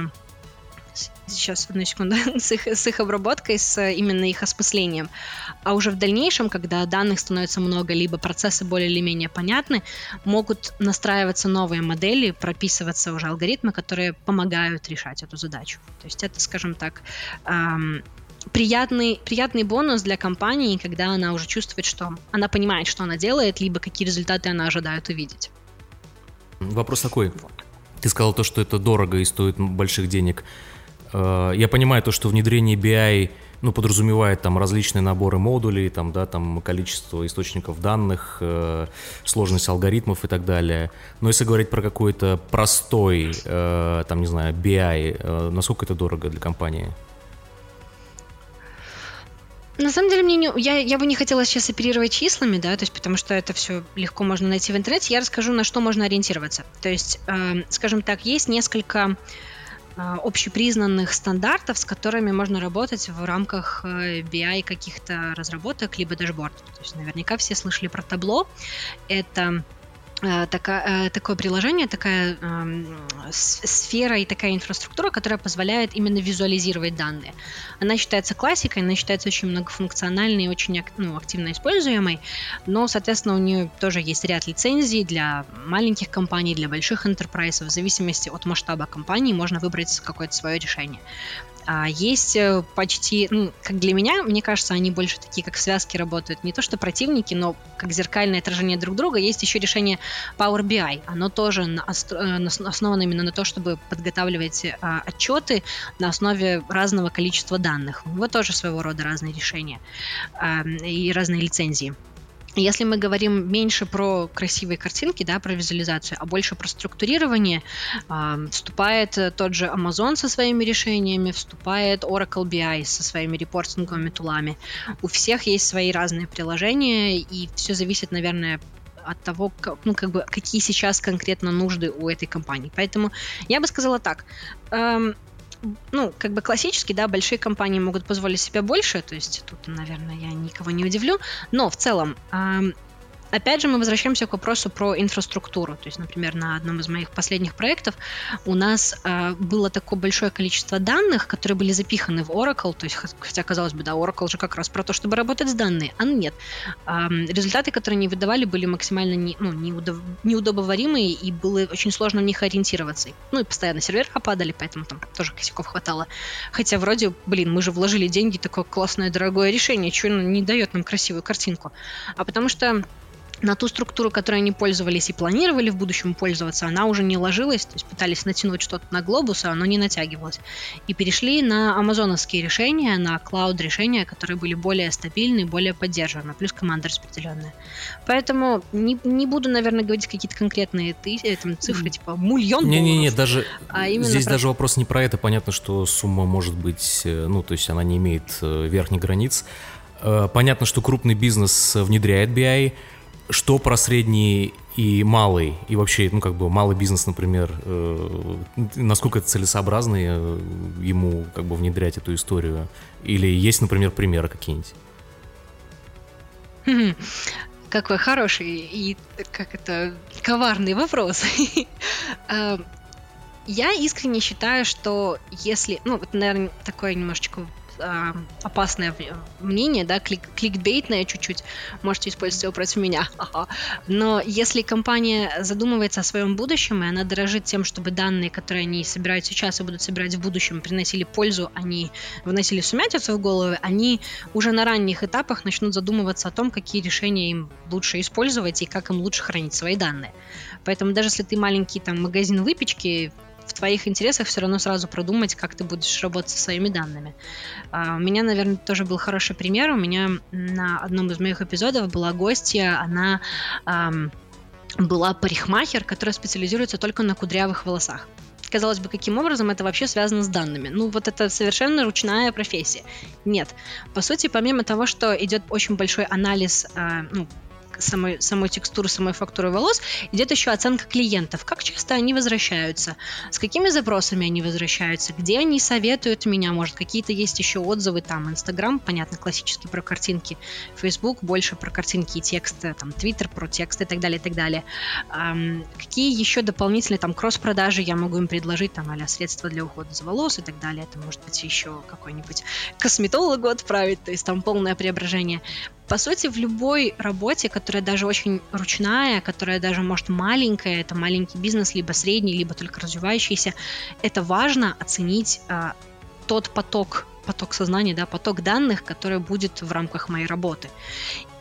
сейчас, одну секунду, с их обработкой, с именно их осмыслением. А уже в дальнейшем, когда данных становится много, либо процессы более или менее понятны, могут настраиваться новые модели, прописываться уже алгоритмы, которые помогают решать эту задачу. То есть это, скажем так, приятный бонус для компании, когда она уже чувствует, что она понимает, что она делает, либо какие результаты она ожидает увидеть.
Вопрос такой. Ты сказал то, что это дорого и стоит больших денег. Я понимаю то, что внедрение BI, ну, подразумевает там различные наборы модулей, там, да, там количество источников данных, сложность алгоритмов и так далее. Но если говорить про какой-то простой, там, не знаю, BI, насколько это дорого для компании?
На самом деле, я бы не хотела сейчас оперировать числами, да, то есть потому что это все легко можно найти в интернете. Я расскажу, на что можно ориентироваться. То есть, скажем так, есть несколько общепризнанных стандартов, с которыми можно работать в рамках BI каких-то разработок, либо дашбордов. То есть наверняка все слышали про Tableau. Это такое приложение, такая сфера и такая инфраструктура, которая позволяет именно визуализировать данные. Она считается классикой, она считается очень многофункциональной и очень активно используемой, но, соответственно, у нее тоже есть ряд лицензий для маленьких компаний, для больших enterprise. В зависимости от масштаба компании можно выбрать какое-то свое решение. Есть почти, как для меня, мне кажется, они больше такие, как связки работают. Не то что противники, но как зеркальное отражение друг друга. Есть еще решение Power BI. Оно тоже основано именно на то, чтобы подготавливать отчеты на основе разного количества данных. Вот тоже своего рода разные решения и разные лицензии. Если мы говорим меньше про красивые картинки, да, про визуализацию, а больше про структурирование, вступает тот же Amazon со своими решениями, вступает Oracle BI со своими репортинговыми тулами. У всех есть свои разные приложения, и все зависит, наверное, от того, какие сейчас конкретно нужды у этой компании. Поэтому я бы сказала так. Классически, да, большие компании могут позволить себе больше, то есть тут, наверное, я никого не удивлю, но в целом, опять же, мы возвращаемся к вопросу про инфраструктуру. То есть, например, на одном из моих последних проектов у нас было такое большое количество данных, которые были запиханы в Oracle. То есть, хотя, казалось бы, да, Oracle же как раз про то, чтобы работать с данными, а нет. Результаты, которые они выдавали, были максимально неудобоваримые, и было очень сложно в них ориентироваться. И постоянно сервера падали, поэтому там тоже косяков хватало. Хотя вроде, мы же вложили деньги, такое классное, дорогое решение, чего оно не дает нам красивую картинку. А потому что на ту структуру, которой они пользовались и планировали в будущем пользоваться, она уже не ложилась, то есть пытались натянуть что-то на глобус, а оно не натягивалось. И перешли на амазоновские решения, на клауд-решения, которые были более стабильны, более поддержаны, плюс команда распределенная. Поэтому не буду, наверное, говорить какие-то конкретные цифры, типа миллион долларов.
Не, даже здесь даже вопрос не про это. Понятно, что сумма может быть, то есть она не имеет верхних границ. Понятно, что крупный бизнес внедряет BI. Что про средний и малый, и вообще, малый бизнес, например, насколько это целесообразно ему внедрять эту историю? Или есть, например, примеры какие-нибудь?
Какой хороший и коварный вопрос. Я искренне считаю, что если, это, наверное, такое немножечко опасное мнение, да, кликбейтное чуть-чуть, можете использовать его против меня. Но если компания задумывается о своем будущем, и она дорожит тем, чтобы данные, которые они собирают сейчас и будут собирать в будущем, приносили пользу, они вносили сумятицу в голову, они уже на ранних этапах начнут задумываться о том, какие решения им лучше использовать и как им лучше хранить свои данные. Поэтому даже если ты маленький магазин выпечки, в твоих интересах все равно сразу продумать, как ты будешь работать со своими данными. У меня, наверное, тоже был хороший пример. У меня на одном из моих эпизодов была гостья, она была парикмахер, которая специализируется только на кудрявых волосах. Казалось бы, каким образом это вообще связано с данными? Это совершенно ручная профессия. Нет. По сути, помимо того, что идет очень большой анализ самой текстуры, самой фактуры волос, идет еще оценка клиентов. Как часто они возвращаются, с какими запросами они возвращаются, где они советуют меня, может, какие-то есть еще отзывы, Инстаграм, понятно, классически про картинки, Фейсбук больше про картинки и тексты, Твиттер про тексты и так далее, и так далее. Какие еще дополнительные, кросс-продажи я могу им предложить, а-ля средства для ухода за волос и так далее. Это может быть еще какой-нибудь косметологу отправить, то есть полное преображение. По сути, в любой работе, которая даже очень ручная, которая даже, может, маленькая, это маленький бизнес, либо средний, либо только развивающийся, это важно оценить тот поток сознания, да, поток данных, который будет в рамках моей работы.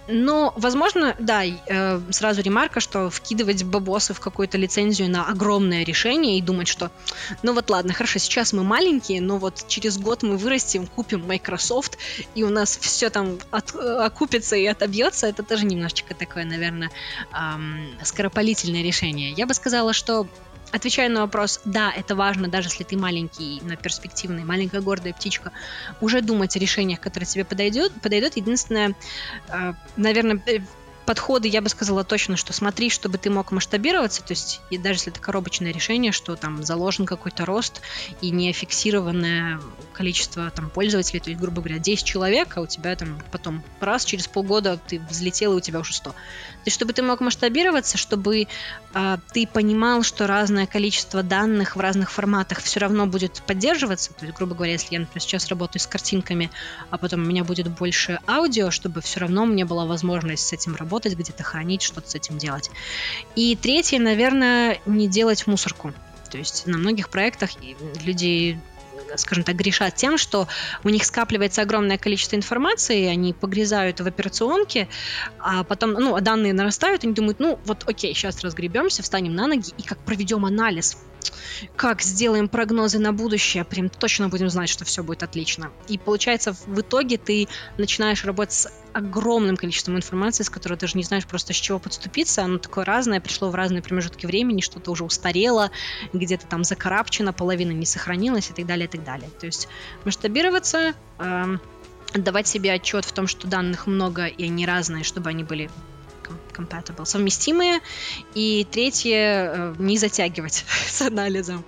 Но, возможно, да, сразу ремарка, что вкидывать бабосы в какую-то лицензию на огромное решение и думать, что, ну вот ладно, хорошо, сейчас мы маленькие, но вот через год мы вырастем, купим Microsoft, и у нас все там окупится и отобьется, это тоже немножечко такое, наверное, скоропалительное решение. Я бы сказала, что отвечая на вопрос, да, это важно, даже если ты маленький, но перспективный, маленькая гордая птичка, уже думать о решениях, которые тебе подойдут. Единственное, наверное, подходы, я бы сказала точно, что смотри, чтобы ты мог масштабироваться, то есть и даже если это коробочное решение, что там заложен какой-то рост и не фиксированное количество там пользователей, то есть, грубо говоря, 10 человек, а у тебя там потом раз через полгода ты взлетел, и у тебя уже 100. То есть чтобы ты мог масштабироваться, чтобы ты понимал, что разное количество данных в разных форматах все равно будет поддерживаться, то есть, грубо говоря, если я, например, сейчас работаю с картинками, а потом у меня будет больше аудио, чтобы все равно у меня была возможность с этим работать, где-то хранить, что-то с этим делать. И третье, наверное, не делать мусорку. То есть на многих проектах люди, скажем так, грешат тем, что у них скапливается огромное количество информации, они погрязают в операционке, а потом, данные нарастают, они думают, вот окей, сейчас разгребемся, встанем на ноги и как проведем анализ, как сделаем прогнозы на будущее, прям точно будем знать, что все будет отлично. И получается, в итоге ты начинаешь работать с огромным количеством информации, с которой даже не знаешь просто с чего подступиться. Оно такое разное, пришло в разные промежутки времени, что-то уже устарело, где-то там закарапчено, половина не сохранилась и так далее, и так далее. То есть масштабироваться, отдавать себе отчет в том, что данных много и они разные, чтобы они были compatible, совместимые. И третье, не затягивать с анализом.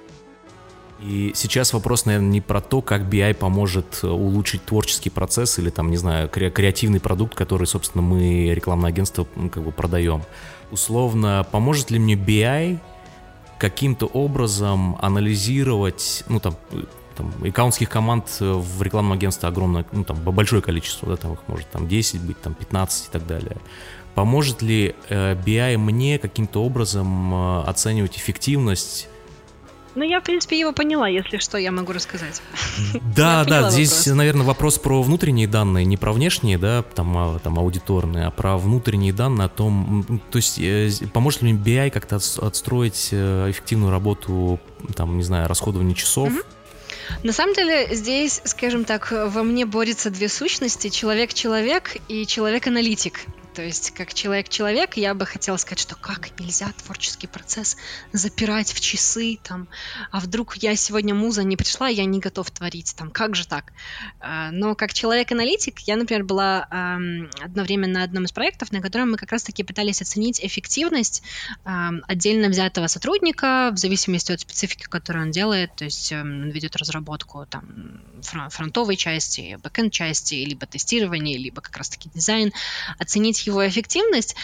И сейчас вопрос, наверное, не про то, как BI поможет улучшить творческий процесс или там, не знаю, креативный продукт, который, собственно, мы, рекламное агентство, как бы продаем. Условно, поможет ли мне BI каким-то образом анализировать, аккаунтских команд в рекламном агентстве огромное, большое количество, да, там их может 10 быть, 15 и так далее. Поможет ли BI мне каким-то образом оценивать эффективность?
Я, в принципе, его поняла, если что, я могу рассказать.
Да, здесь, наверное, вопрос про внутренние данные, не про внешние, да, там аудиторные, а про внутренние данные о том, то есть поможет ли мне BI как-то отстроить эффективную работу, не знаю, расходование часов?
На самом деле здесь, скажем так, во мне борются две сущности: человек-человек и человек-аналитик. То есть, как человек-человек, я бы хотела сказать, что как нельзя творческий процесс запирать в часы, а вдруг я сегодня муза не пришла, я не готов творить, как же так? Но как человек-аналитик, я, например, была одновременно на одном из проектов, на котором мы как раз-таки пытались оценить эффективность отдельно взятого сотрудника в зависимости от специфики, которую он делает, то есть он ведет разработку фронтовой части, бэкэнд части, либо тестирование, либо как раз-таки дизайн, оценить его эффективность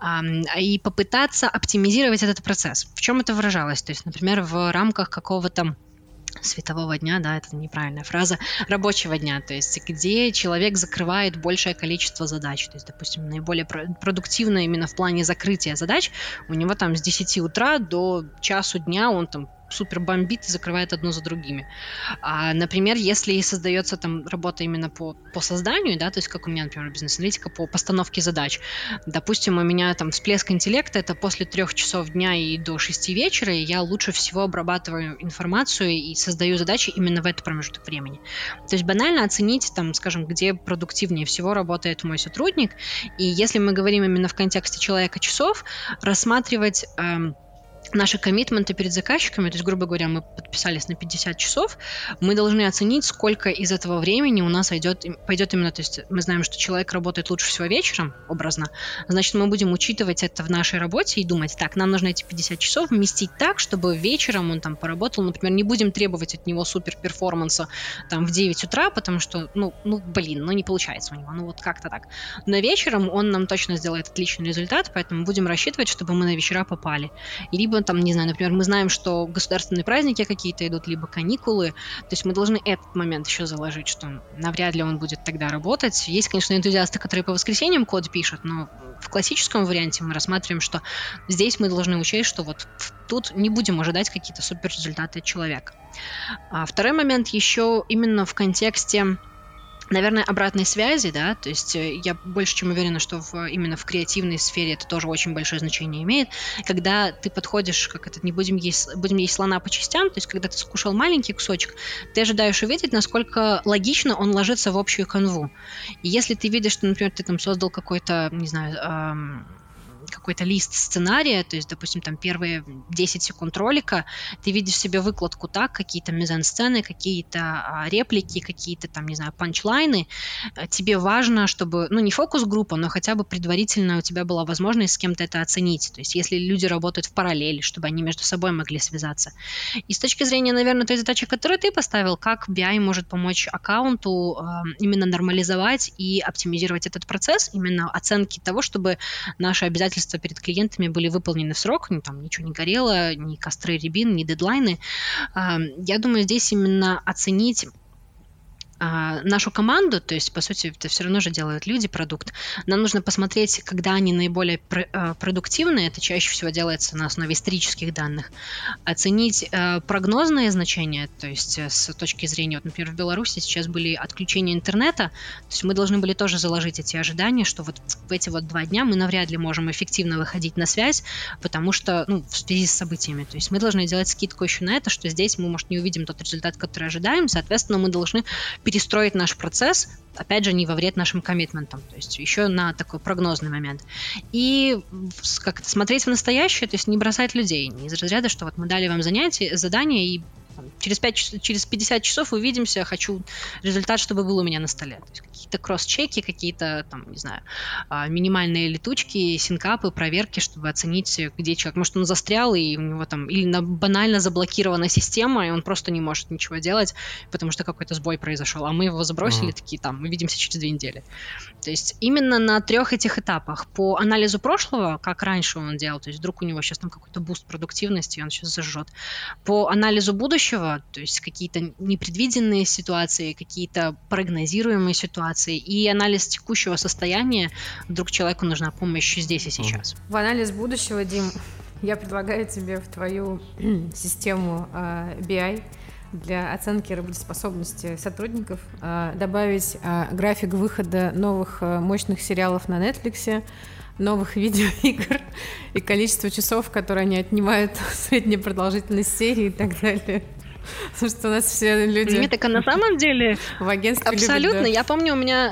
и попытаться оптимизировать этот процесс. В чем это выражалось? То есть, например, в рамках какого-то светового дня, да, это неправильная фраза, рабочего дня, то есть где человек закрывает большее количество задач, то есть, допустим, наиболее продуктивно именно в плане закрытия задач, у него с 10 утра до часу дня он супер бомбит и закрывает одно за другими. Например, если создается работа именно по созданию, да, то есть как у меня, например, бизнес-аналитика по постановке задач. Допустим, у меня всплеск интеллекта — это после 3 часов дня и до 6 вечера, и я лучше всего обрабатываю информацию и создаю задачи именно в этот промежуток времени. То есть банально оценить, скажем, где продуктивнее всего работает мой сотрудник. И если мы говорим именно в контексте человека-часов, рассматривать наши коммитменты перед заказчиками, то есть, грубо говоря, мы подписались на 50 часов, мы должны оценить, сколько из этого времени у нас пойдет именно, то есть мы знаем, что человек работает лучше всего вечером, образно, значит, мы будем учитывать это в нашей работе и думать, нам нужно эти 50 часов вместить так, чтобы вечером он поработал, например, не будем требовать от него супер перформанса в 9 утра, потому что, не получается у него, как-то так. Но вечером он нам точно сделает отличный результат, поэтому будем рассчитывать, чтобы мы на вечера попали. Либо не знаю, например, мы знаем, что государственные праздники какие-то идут, либо каникулы, то есть мы должны этот момент еще заложить, что навряд ли он будет тогда работать. Есть, конечно, энтузиасты, которые по воскресеньям код пишут, но в классическом варианте мы рассматриваем, что здесь мы должны учесть, что тут не будем ожидать какие-то супер результаты от человека. Второй момент еще именно в контексте наверное, обратной связи, да, то есть я больше чем уверена, что именно в креативной сфере это тоже очень большое значение имеет, когда ты подходишь, не будем есть слона по частям, то есть когда ты скушал маленький кусочек, ты ожидаешь увидеть, насколько логично он ложится в общую канву. И если ты видишь, что, например, ты там создал какой-то, не знаю, какой-то лист сценария, то есть, допустим, там первые 10 секунд ролика, ты видишь себе выкладку так, какие-то мизансцены, какие-то реплики, какие-то там, не знаю, панчлайны. Тебе важно, чтобы, не фокус-группа, но хотя бы предварительно у тебя была возможность с кем-то это оценить. То есть, если люди работают в параллели, чтобы они между собой могли связаться. И с точки зрения, наверное, той задачи, которую ты поставил, как BI может помочь аккаунту именно нормализовать и оптимизировать этот процесс, именно оценки того, чтобы наши обязательства перед клиентами были выполнены в срок, там ничего не горело, ни костры рябин, ни дедлайны. Я думаю, здесь именно оценить нашу команду, то есть, по сути, это все равно же делают люди продукт. Нам нужно посмотреть, когда они наиболее продуктивны, это чаще всего делается на основе исторических данных, оценить прогнозные значения, то есть с точки зрения, например, в Беларуси сейчас были отключения интернета, то есть мы должны были тоже заложить эти ожидания, что вот в эти 2 дня мы навряд ли можем эффективно выходить на связь, потому что, в связи с событиями, то есть мы должны делать скидку еще на это, что здесь мы, может, не увидим тот результат, который ожидаем, соответственно, мы должны перестроить наш процесс, опять же, не во вред нашим коммитментам, то есть еще на такой прогнозный момент. И как-то смотреть в настоящее, то есть не бросать людей, не из разряда, что вот мы дали вам задание, и через 50 часов увидимся, хочу результат, чтобы был у меня на столе. То есть какие-то кросс-чеки, какие-то, там, не знаю, минимальные летучки, синкапы, проверки, чтобы оценить, где человек. Может, он застрял, и у него там или банально заблокирована система, и он просто не может ничего делать, потому что какой-то сбой произошел. А мы его забросили, такие, мы видимся через 2 недели. То есть именно на 3 этих этапах. По анализу прошлого, как раньше он делал, то есть вдруг у него сейчас там какой-то буст продуктивности, и он сейчас зажжет. По анализу будущего, то есть какие-то непредвиденные ситуации, какие-то прогнозируемые ситуации и анализ текущего состояния, вдруг человеку нужна помощь здесь и сейчас.
В анализ будущего, Дим, я предлагаю тебе в твою систему BI для оценки работоспособности сотрудников добавить график выхода новых мощных сериалов на Netflix, новых видеоигр и количество часов, которые они отнимают, средняя продолжительность серии и так далее. Потому что у нас все люди...
Нет, так а на самом деле
в агентстве
абсолютно.
Любят, да.
Я помню, у меня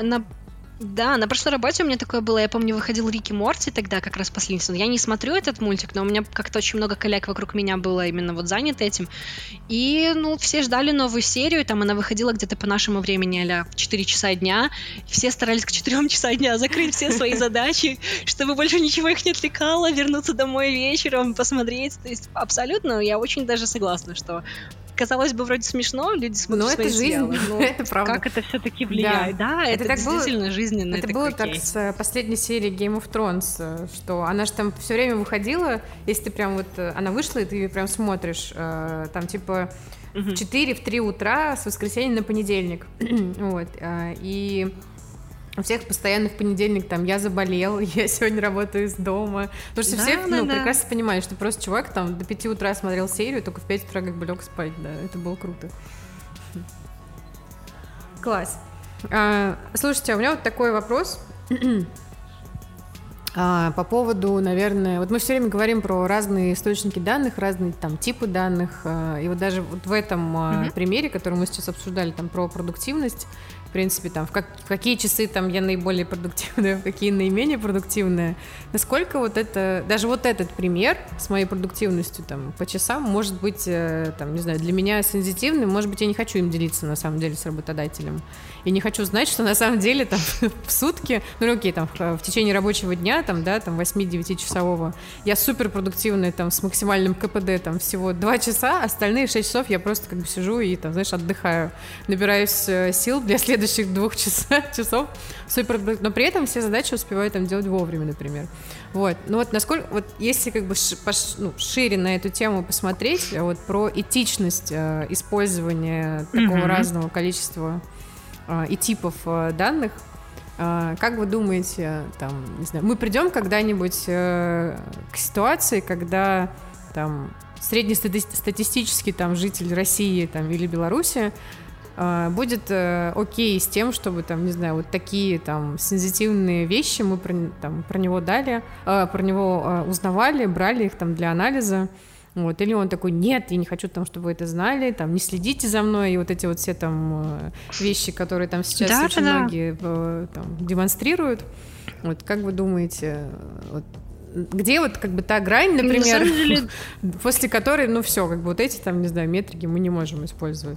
на прошлой работе у меня такое было. Я помню, выходил Рик и Морти тогда, как раз последний сезон. Я не смотрю этот мультик, но у меня как-то очень много коллег вокруг меня было именно занято этим. И, все ждали новую серию. Там она выходила где-то по нашему времени а-ля в 4 часа дня. Все старались к 4 часам дня закрыть все свои задачи, чтобы больше ничего их не отвлекало, вернуться домой вечером, посмотреть. То есть абсолютно, я очень даже согласна, что казалось бы, вроде смешно, люди смотрят свои сериалы, но
это правда.
Как это все-таки влияет? Да, это действительно жизненно.
Это было так с последней серии Game of Thrones, что она же там все время выходила, если ты прям она вышла, и ты ее прям смотришь, там типа в 4-3 утра с воскресенья на понедельник. И у всех постоянно в понедельник там я заболел, я сегодня работаю из дома. Потому что все прекрасно понимают, что просто чувак там до 5 утра смотрел серию, только в 5 утра как бы лег спать. Да, это было круто. Класс. Слушайте, у меня такой вопрос по поводу, наверное, мы все время говорим про разные источники данных, разные там типы данных, и даже в этом примере, который мы сейчас обсуждали, там про продуктивность, в принципе, там, в какие часы там я наиболее продуктивная, в какие наименее продуктивная. Насколько даже этот пример с моей продуктивностью там по часам может быть, там, не знаю, для меня сенситивным, может быть, я не хочу им делиться на самом деле с работодателем. И не хочу знать, что на самом деле там в сутки, там в течение рабочего дня, там 8-9 часового, я супер продуктивная там с максимальным КПД там всего 2 часа, остальные 6 часов я просто как бы сижу и там, знаешь, отдыхаю, набираюсь сил для следующих 2 часов, но при этом все задачи успеваю там делать вовремя, например. Насколько, если как бы шире на эту тему посмотреть, про этичность использования такого разного количества и типов данных, как вы думаете, там, не знаю, мы придем когда-нибудь к ситуации, когда там среднестатистический там житель России там, или Беларуси будет окей с тем, чтобы там, не знаю, вот такие там сенситивные вещи мы про него узнавали, брали их там для анализа. Вот. Или он такой: нет, я не хочу там, чтобы вы это знали, там, не следите за мной, и вот эти вот все там вещи, которые там сейчас очень многие там демонстрируют. Вот как вы думаете, вот, где вот как бы та грань, например, после которой, ну все, как бы вот эти там, не знаю, метрики мы не можем использовать?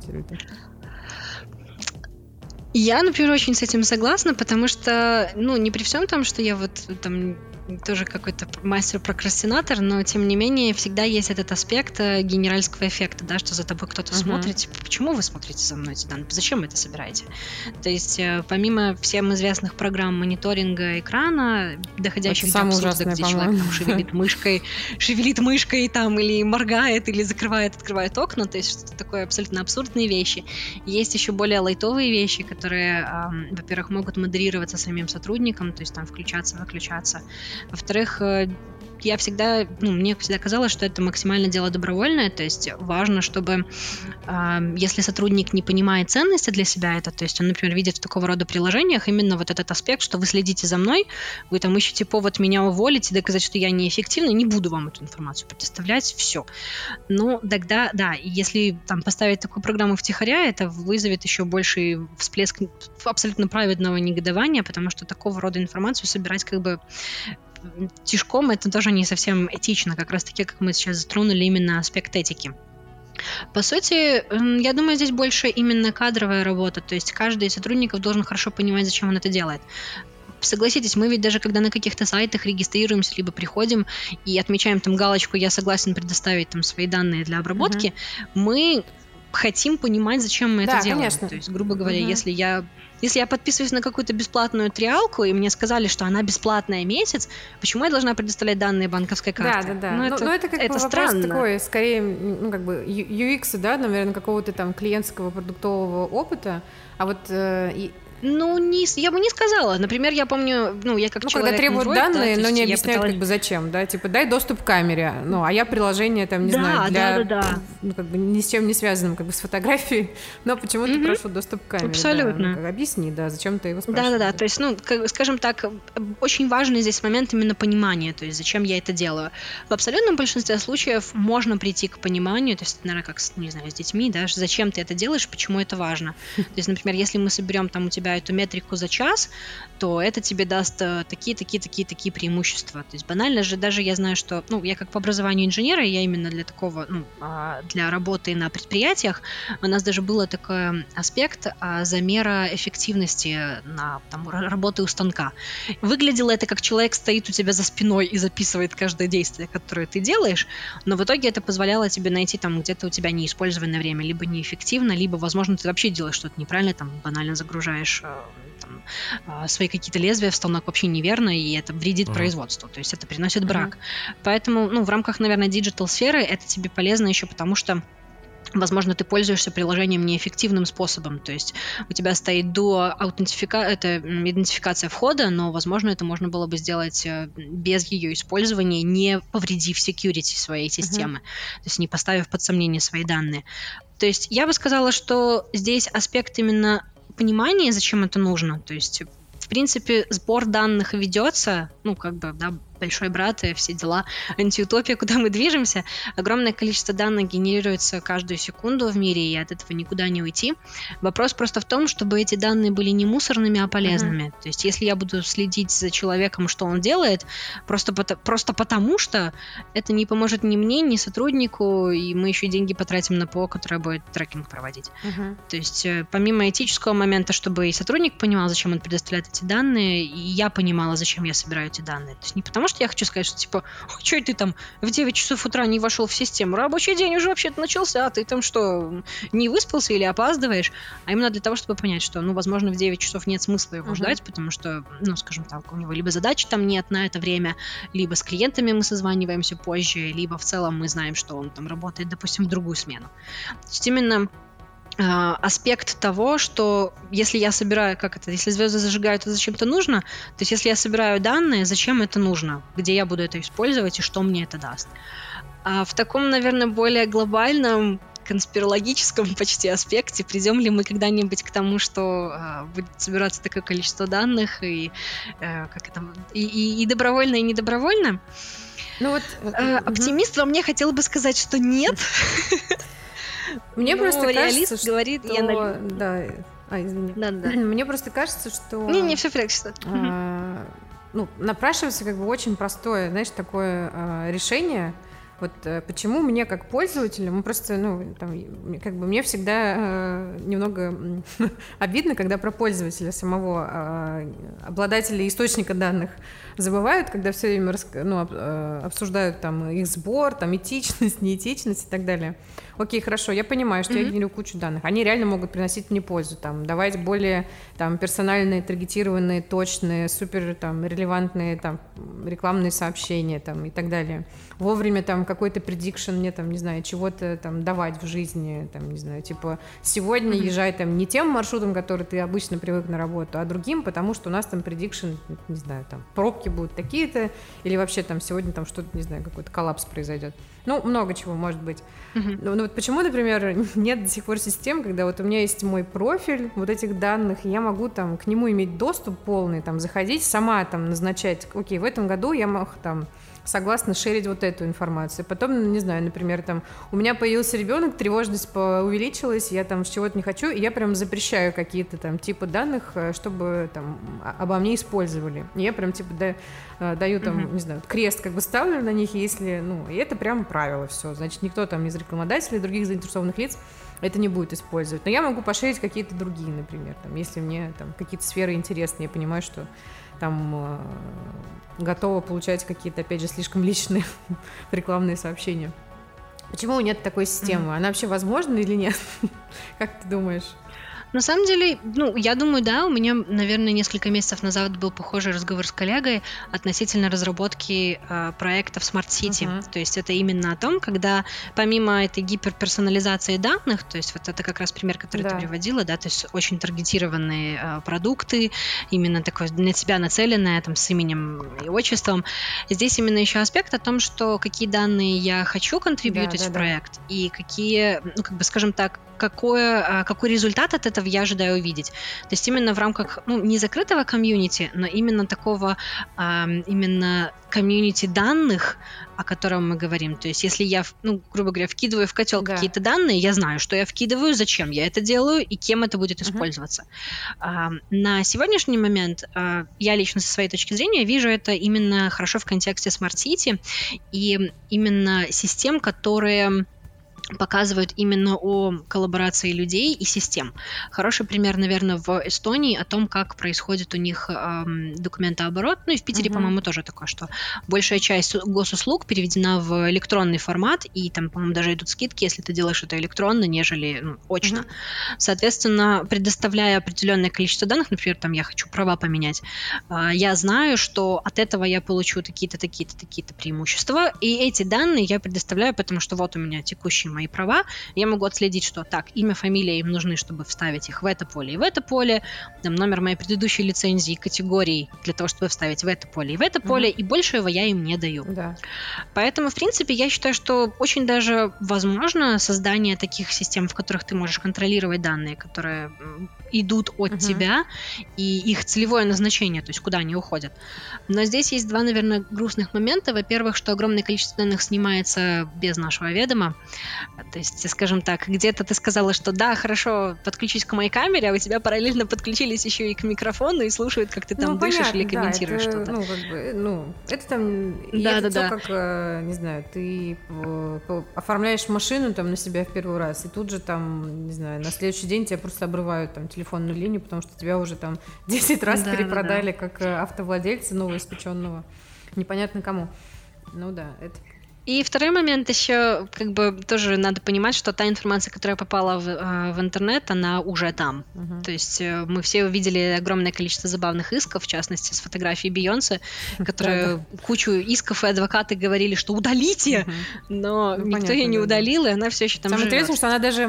Я, например, очень с этим согласна, потому что, ну, не при всем том, что я вот там тоже какой-то мастер-прокрастинатор, но тем не менее всегда есть этот аспект генеральского эффекта, да, что за тобой кто-то смотрит, типа, почему вы смотрите за мной эти данные, зачем вы это собираете? То есть помимо всем известных программ мониторинга экрана, доходящих до абсурда, где человек там шевелит мышкой там, или моргает, или закрывает, открывает окна, то есть что-то такое абсолютно абсурдные вещи. Есть еще более лайтовые вещи, которые, во-первых, могут модерироваться самим сотрудником, то есть там включаться, выключаться. Во-вторых, мне всегда казалось, что это максимально дело добровольное, то есть важно, чтобы если сотрудник не понимает ценности для себя это, то есть он, например, видит в такого рода приложениях именно вот этот аспект, что вы следите за мной, вы там ищете повод меня уволить и доказать, что я неэффективна, не буду вам эту информацию предоставлять, все. Ну, тогда, да, если там поставить такую программу втихаря, это вызовет еще больший всплеск абсолютно праведного негодования, потому что такого рода информацию собирать как бы тишком, это тоже не совсем этично, как раз таки, как мы сейчас затронули именно аспект этики. По сути, я думаю, здесь больше именно кадровая работа, то есть каждый из сотрудников должен хорошо понимать, зачем он это делает. Согласитесь, мы ведь даже когда на каких-то сайтах регистрируемся, либо приходим и отмечаем там галочку «Я согласен предоставить там свои данные для обработки», мы хотим понимать, зачем мы это делаем. Конечно. То есть, грубо говоря, если я подписываюсь на какую-то бесплатную триалку, и мне сказали, что она бесплатная месяц, почему я должна предоставлять данные банковской карты?
Да. Ну, это как бы вопрос такой, скорее, ну, как бы UX, да, наверное, какого-то там клиентского продуктового опыта, а вот...
я бы не сказала. Например, я помню, я как человек...
когда требуют данные, но не объясняют, как бы зачем, да, типа дай доступ к камере, а я приложение там, не знаю, для, как бы ни с чем не связанным, как бы с фотографией, но почему-то прошу доступ к камере.
Абсолютно.
Да. Объясни, да, зачем ты его спрашиваешь.
Да, то есть, скажем так, очень важный здесь момент именно понимания, то есть зачем я это делаю. В абсолютном большинстве случаев можно прийти к пониманию, то есть, наверное, как, с детьми, да, зачем ты это делаешь, почему это важно. То есть, например, если мы соберем там у тебя эту метрику за час, то это тебе даст такие преимущества. То есть банально же, даже я знаю, что, я как по образованию инженера, я именно для такого, для работы на предприятиях, у нас даже был такой аспект замера эффективности на работы у станка. Выглядело это, как человек стоит у тебя за спиной и записывает каждое действие, которое ты делаешь, но в итоге это позволяло тебе найти там где-то у тебя неиспользованное время, либо неэффективно, либо, возможно, ты вообще делаешь что-то неправильно, там банально загружаешь свои какие-то лезвия в станок вообще неверно, и это вредит производству, то есть это приносит брак. Поэтому, в рамках, наверное, диджитал-сферы это тебе полезно еще потому, что возможно, ты пользуешься приложением неэффективным способом, то есть у тебя стоит это идентификация входа, но, возможно, это можно было бы сделать без ее использования, не повредив security своей системы, то есть не поставив под сомнение свои данные. То есть я бы сказала, что здесь аспект именно понимания, зачем это нужно, то есть в принципе, сбор данных ведется, большой брат и все дела, антиутопия, куда мы движемся. Огромное количество данных генерируется каждую секунду в мире, и от этого никуда не уйти. Вопрос просто в том, чтобы эти данные были не мусорными, а полезными. То есть, если я буду следить за человеком, что он делает, просто потому что это не поможет ни мне, ни сотруднику, и мы еще деньги потратим на ПО, которое будет трекинг проводить. То есть, помимо этического момента, чтобы и сотрудник понимал, зачем он предоставляет эти данные, и я понимала, зачем я собираю эти данные. То есть, не потому что я хочу сказать, что типа, что ты там в 9 часов утра не вошел в систему, рабочий день уже вообще-то начался, а ты там что, не выспался или опаздываешь? А именно для того, чтобы понять, что, возможно, в 9 часов нет смысла его ждать, потому что, скажем так, у него либо задачи там нет на это время, либо с клиентами мы созваниваемся позже, либо в целом мы знаем, что он там работает, допустим, в другую смену. То есть именно аспект того, что если я собираю, если звезды зажигают, это зачем-то нужно, то есть если я собираю данные, зачем это нужно, где я буду это использовать и что мне это даст. А в таком, наверное, более глобальном конспирологическом почти аспекте. Придем ли мы когда-нибудь к тому, что будет собираться такое количество данных и добровольно, и недобровольно?
Ну вот,
оптимист во мне хотел бы сказать, что нет.
Мне просто кажется, что...
говорит, я
да. Извини.
Да.
Мне просто кажется, что...
Не, все прячется.
Напрашивается как бы очень простое, знаешь, такое решение. Вот почему мне как пользователю, мы просто, мне всегда немного обидно, когда про пользователя самого, обладателя источника данных забывают, когда все время обсуждают там их сбор, там этичность, неэтичность и так далее. Окей, хорошо, я понимаю, что я генерирую кучу данных. Они реально могут приносить мне пользу, там, давать более там, персональные, таргетированные, точные, супер там, релевантные там, рекламные сообщения там, и так далее. Вовремя там какой-то предикшн мне там, не знаю, чего-то там давать в жизни, там, не знаю, типа сегодня езжай там не тем маршрутом, который ты обычно привык на работу, а другим, потому что у нас там предикшн, не знаю, там пробки будут такие-то, или вообще там сегодня там что-то, не знаю, какой-то коллапс произойдет. Много чего может быть. Но вот почему, например, нет до сих пор систем, когда вот у меня есть мой профиль вот этих данных, и я могу там к нему иметь доступ полный, там заходить, сама там назначать, окей, в этом году я могу там согласна шерить вот эту информацию. Потом, не знаю, например, там у меня появился ребенок, тревожность увеличилась, я там чего-то не хочу, и я прям запрещаю какие-то там типы данных, чтобы там обо мне использовали. И я прям типа даю там, не знаю, крест как бы ставлю на них, если, и это прям правило все. Значит, никто там из рекламодателей, других заинтересованных лиц это не будет использовать. Но я могу пошерить какие-то другие, например, там, если мне там какие-то сферы интересны, я понимаю, что там готова получать какие-то, опять же, слишком личные рекламные сообщения. Почему нет такой системы? Она вообще возможна или нет? Как ты думаешь?
На самом деле, я думаю, да, у меня, наверное, несколько месяцев назад был похожий разговор с коллегой относительно разработки проекта в Smart City. То есть это именно о том, когда помимо этой гиперперсонализации данных, то есть вот это как раз пример, который ты приводила, да, то есть очень таргетированные продукты, именно такое на тебя нацеленное, там, с именем и отчеством. Здесь именно еще аспект о том, что какие данные я хочу контрибьютить в проект и какие, скажем так, какой результат от этого я ожидаю увидеть. То есть именно в рамках, не закрытого комьюнити, но именно такого, именно комьюнити данных, о котором мы говорим. То есть если я, грубо говоря, вкидываю в котел какие-то данные, я знаю, что я вкидываю, зачем я это делаю и кем это будет использоваться. На сегодняшний момент я лично со своей точки зрения вижу это именно хорошо в контексте Smart City и именно систем, которые показывают именно о коллаборации людей и систем. Хороший пример, наверное, в Эстонии о том, как происходит у них документооборот. И в Питере, по-моему, тоже такое, что большая часть госуслуг переведена в электронный формат, и там, по-моему, даже идут скидки, если ты делаешь это электронно, нежели очно. Соответственно, предоставляя определенное количество данных, например, там я хочу права поменять, я знаю, что от этого я получу такие-то, такие-то, такие-то преимущества, и эти данные я предоставляю, потому что вот у меня текущие мои права, я могу отследить, что так, имя, фамилия им нужны, чтобы вставить их в это поле и в это поле, там, номер моей предыдущей лицензии, категорий для того, чтобы вставить в это поле и в это поле, и большего я им не даю. Поэтому, в принципе, я считаю, что очень даже возможно создание таких систем, в которых ты можешь контролировать данные, которые идут от тебя, и их целевое назначение, то есть куда они уходят. Но здесь есть два, наверное, грустных момента. Во-первых, что огромное количество данных снимается без нашего ведома. То есть, скажем так, где-то ты сказала, что да, хорошо, подключись к моей камере, а у тебя параллельно подключились еще и к микрофону и слушают, как ты там дышишь или комментируешь что-то.
Это там, то, как, не знаю, ты оформляешь машину там на себя в первый раз, и тут же там, не знаю, на следующий день тебя просто обрывают там телефонную линию, потому что тебя уже там 10 раз перепродали как автовладельца новоиспеченного, непонятно кому. Это...
И второй момент еще, тоже надо понимать, что та информация, которая попала в интернет, она уже там. То есть мы все увидели огромное количество забавных исков, в частности, с фотографией Бейонсе, которые кучу исков, и адвокаты говорили, что удалите, но никто ее не удалил, и она все еще там живет.
Самое интересное, что она даже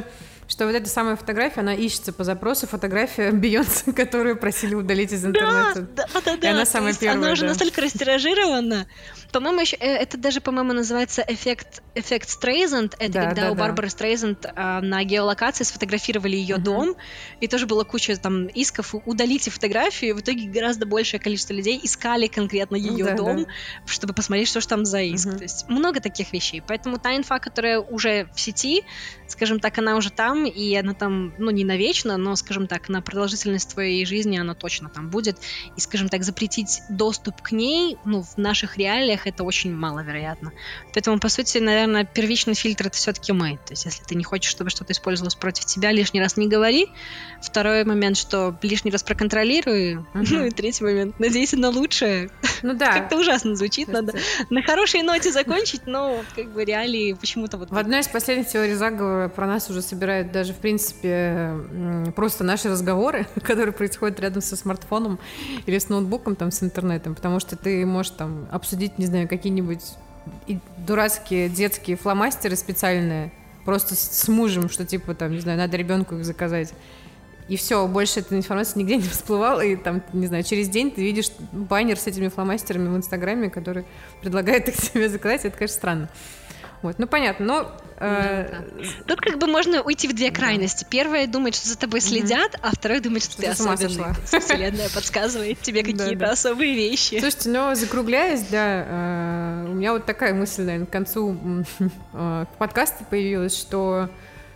что вот эта самая фотография, она ищется по запросу, фотография Бейонсе, которую просили удалить из интернета.
Да.
И она самая первая.
Она уже настолько растиражирована. По-моему, еще, это даже, по-моему, называется эффект Стрейзанд. Это когда у Барбары Стрейзанд на геолокации сфотографировали ее дом, и тоже была куча там исков удалите фотографию, и в итоге гораздо большее количество людей искали конкретно ее дом, чтобы посмотреть, что же там за иск. То есть много таких вещей. Поэтому та инфа, которая уже в сети, скажем так, она уже там, и она там, ну, не навечно, но, скажем так, на продолжительность твоей жизни она точно там будет. И, скажем так, запретить доступ к ней, ну, в наших реалиях это очень маловероятно. Поэтому, по сути, наверное, первичный фильтр — это все-таки мы. То есть, если ты не хочешь, чтобы что-то использовалось против тебя, лишний раз не говори. Второй момент, что лишний раз проконтролируй. Ну и третий момент, надейся на лучшее.
Ну да.
Как-то ужасно звучит, надо на хорошей ноте закончить, но как бы реалии почему-то вот...
В одной из последних теорий заговора про нас уже собирают даже, в принципе, просто наши разговоры, которые происходят рядом со смартфоном или с ноутбуком, там, с интернетом, потому что ты можешь там обсудить, не знаю, какие-нибудь дурацкие детские фломастеры специальные, просто с мужем, что типа там, не знаю, надо ребенку их заказать. И все, больше эта информация нигде не всплывала, и там, не знаю, через день ты видишь баннер с этими фломастерами в Инстаграме, который предлагает их себе заказать, это, конечно, странно. Вот, ну понятно, но...
Тут как бы можно уйти в две крайности. Первое — думать, что за тобой следят, а второе — думать, что ты особенный. Вселенная подсказывает тебе какие-то особые вещи.
Слушайте, но закругляясь, да, у меня вот такая мысль, наверное, к концу подкаста появилась, что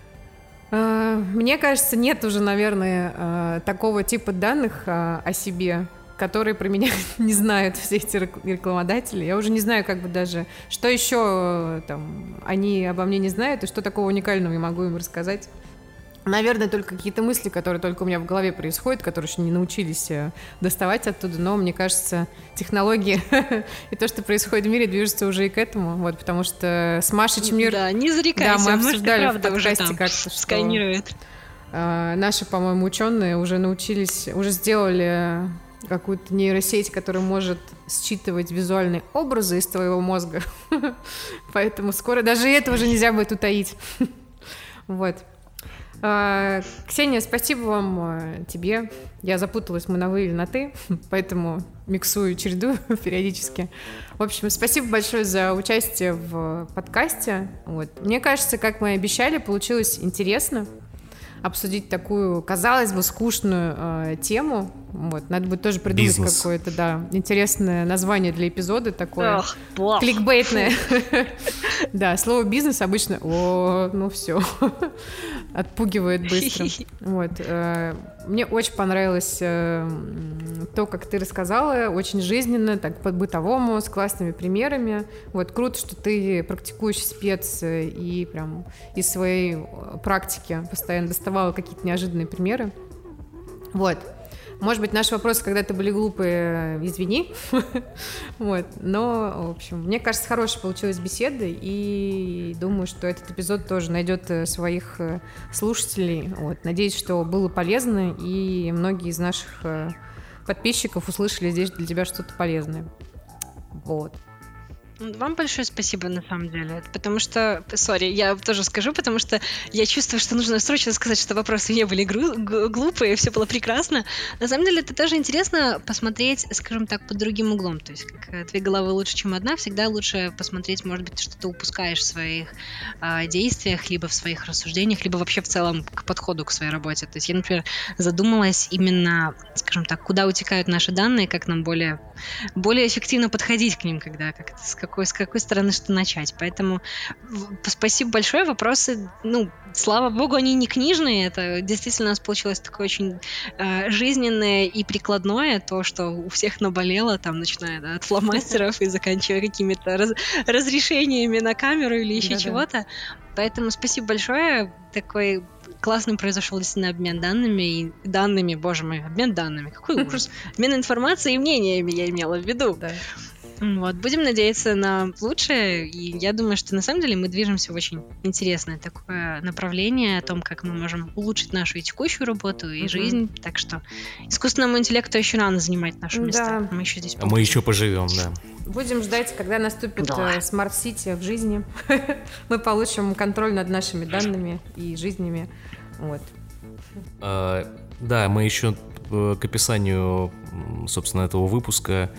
мне кажется, нет уже, наверное, такого типа данных о себе, которые про меня не знают все эти рекламодатели. Я уже не знаю, как бы даже, что еще там они обо мне не знают, и что такого уникального я могу им рассказать. Наверное, только какие-то мысли, которые только у меня в голове происходят, которые еще не научились доставать оттуда, но, мне кажется, технологии и то, что происходит в мире, движется уже и к этому, вот, потому что с Машей Чемнир...
Да, не зарекайся,
да, мы обсуждали в подкасте
уже там
как-то, что
сканирует.
Наши, по-моему, ученые уже научились, уже сделали какую-то нейросеть, которая может считывать визуальные образы из твоего мозга, поэтому скоро даже это уже нельзя будет утаить. Вот. Ксения, спасибо вам, тебе. Я запуталась, мы на «вы» или на «ты», поэтому миксую, чередую периодически. В общем, спасибо большое за участие в подкасте. Вот. Мне кажется, как мы и обещали, получилось интересно обсудить такую, казалось бы, скучную тему. Вот. Надо будет тоже придумать какое-то, да, интересное название для эпизода, такое кликбейтное. Да, слово «бизнес» обычно, ну все, отпугивает быстро. Вот. Мне очень понравилось то, как ты рассказала, очень жизненно, так по-бытовому, с классными примерами. Вот, круто, что ты практикующий спец и прям из своей практики постоянно доставала какие-то неожиданные примеры. Вот. Может быть, наши вопросы когда-то были глупые, извини. Вот. Но, в общем, мне кажется, хорошая получилась беседа, и думаю, что этот эпизод тоже найдет своих слушателей. Вот. Надеюсь, что было полезно, и многие из наших подписчиков услышали здесь для тебя что-то полезное. Вот.
Вам большое спасибо, на самом деле, потому что, я тоже скажу, потому что я чувствую, что нужно срочно сказать, что вопросы не были глупые, все было прекрасно. На самом деле, это тоже интересно посмотреть, скажем так, под другим углом, то есть, как две головы лучше, чем одна, всегда лучше посмотреть, может быть, что ты упускаешь в своих действиях, либо в своих рассуждениях, либо вообще в целом к подходу к своей работе. То есть я, например, задумалась именно, скажем так, куда утекают наши данные, как нам более эффективно подходить к ним, когда с какой стороны что начать. Поэтому спасибо большое. Вопросы, слава богу, они не книжные. Это действительно у нас получилось такое очень жизненное и прикладное, то, что у всех наболело, там, начиная от фломастеров и заканчивая какими-то разрешениями на камеру или еще чего-то. Поэтому спасибо большое. Такой классный произошел действительно обмен данными, боже мой, обмен данными, какой ужас. Обмен информацией и мнениями я имела в виду.
Да.
Вот, будем надеяться на лучшее, и я думаю, что на самом деле мы движемся в очень интересное такое направление о том, как мы можем улучшить нашу и текущую работу, и жизнь, так что искусственному интеллекту еще рано занимать наши места, мы еще здесь
мы еще поживем, да.
Будем ждать, когда наступит смарт-сити в жизни, мы получим контроль над нашими данными и жизнями. Вот.
Да, мы еще к описанию, собственно, этого выпуска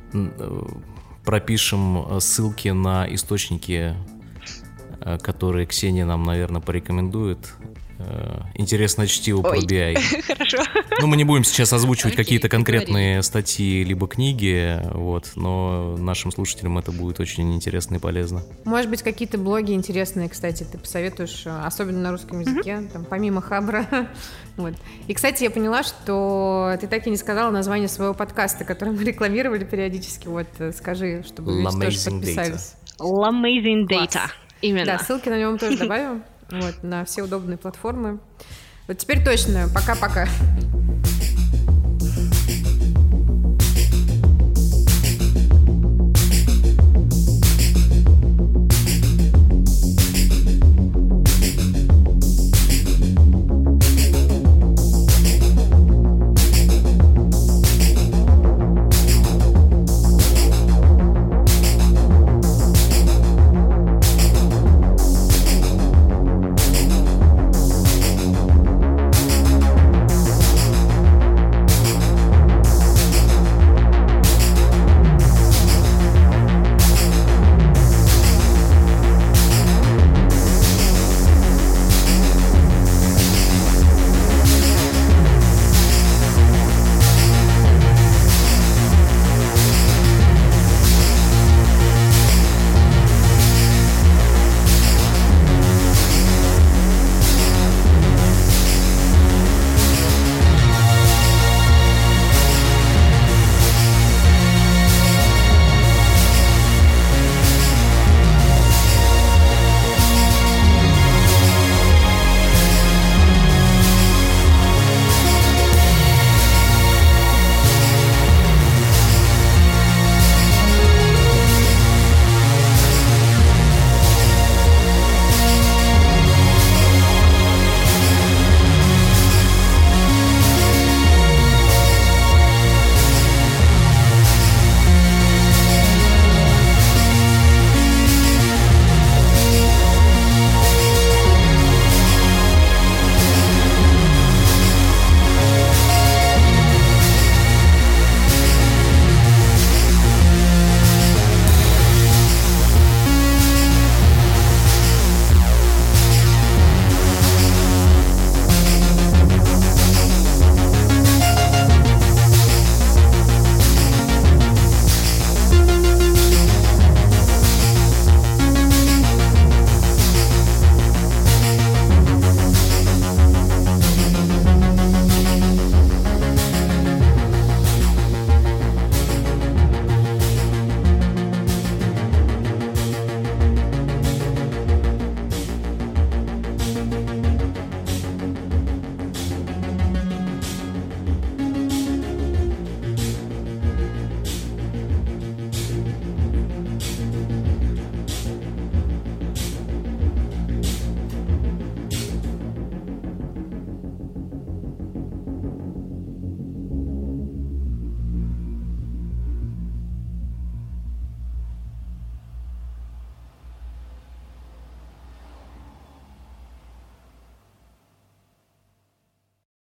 пропишем ссылки на источники, которые Ксения нам, наверное, порекомендует. Интересное чтиво про BI.
Хорошо.
Ну, мы не будем сейчас озвучивать какие-то конкретные статьи либо книги, вот, но нашим слушателям это будет очень интересно и полезно.
Может быть, какие-то блоги интересные, кстати, ты посоветуешь, особенно на русском языке, там, помимо Хабра. Вот. И, кстати, я поняла, что ты так и не сказала название своего подкаста, который мы рекламировали периодически. Вот, скажи, чтобы люди тоже подписались.
L'Amazing Data. Именно.
Да, ссылки на него мы тоже добавим. Вот, на все удобные платформы. Вот теперь точно. Пока-пока.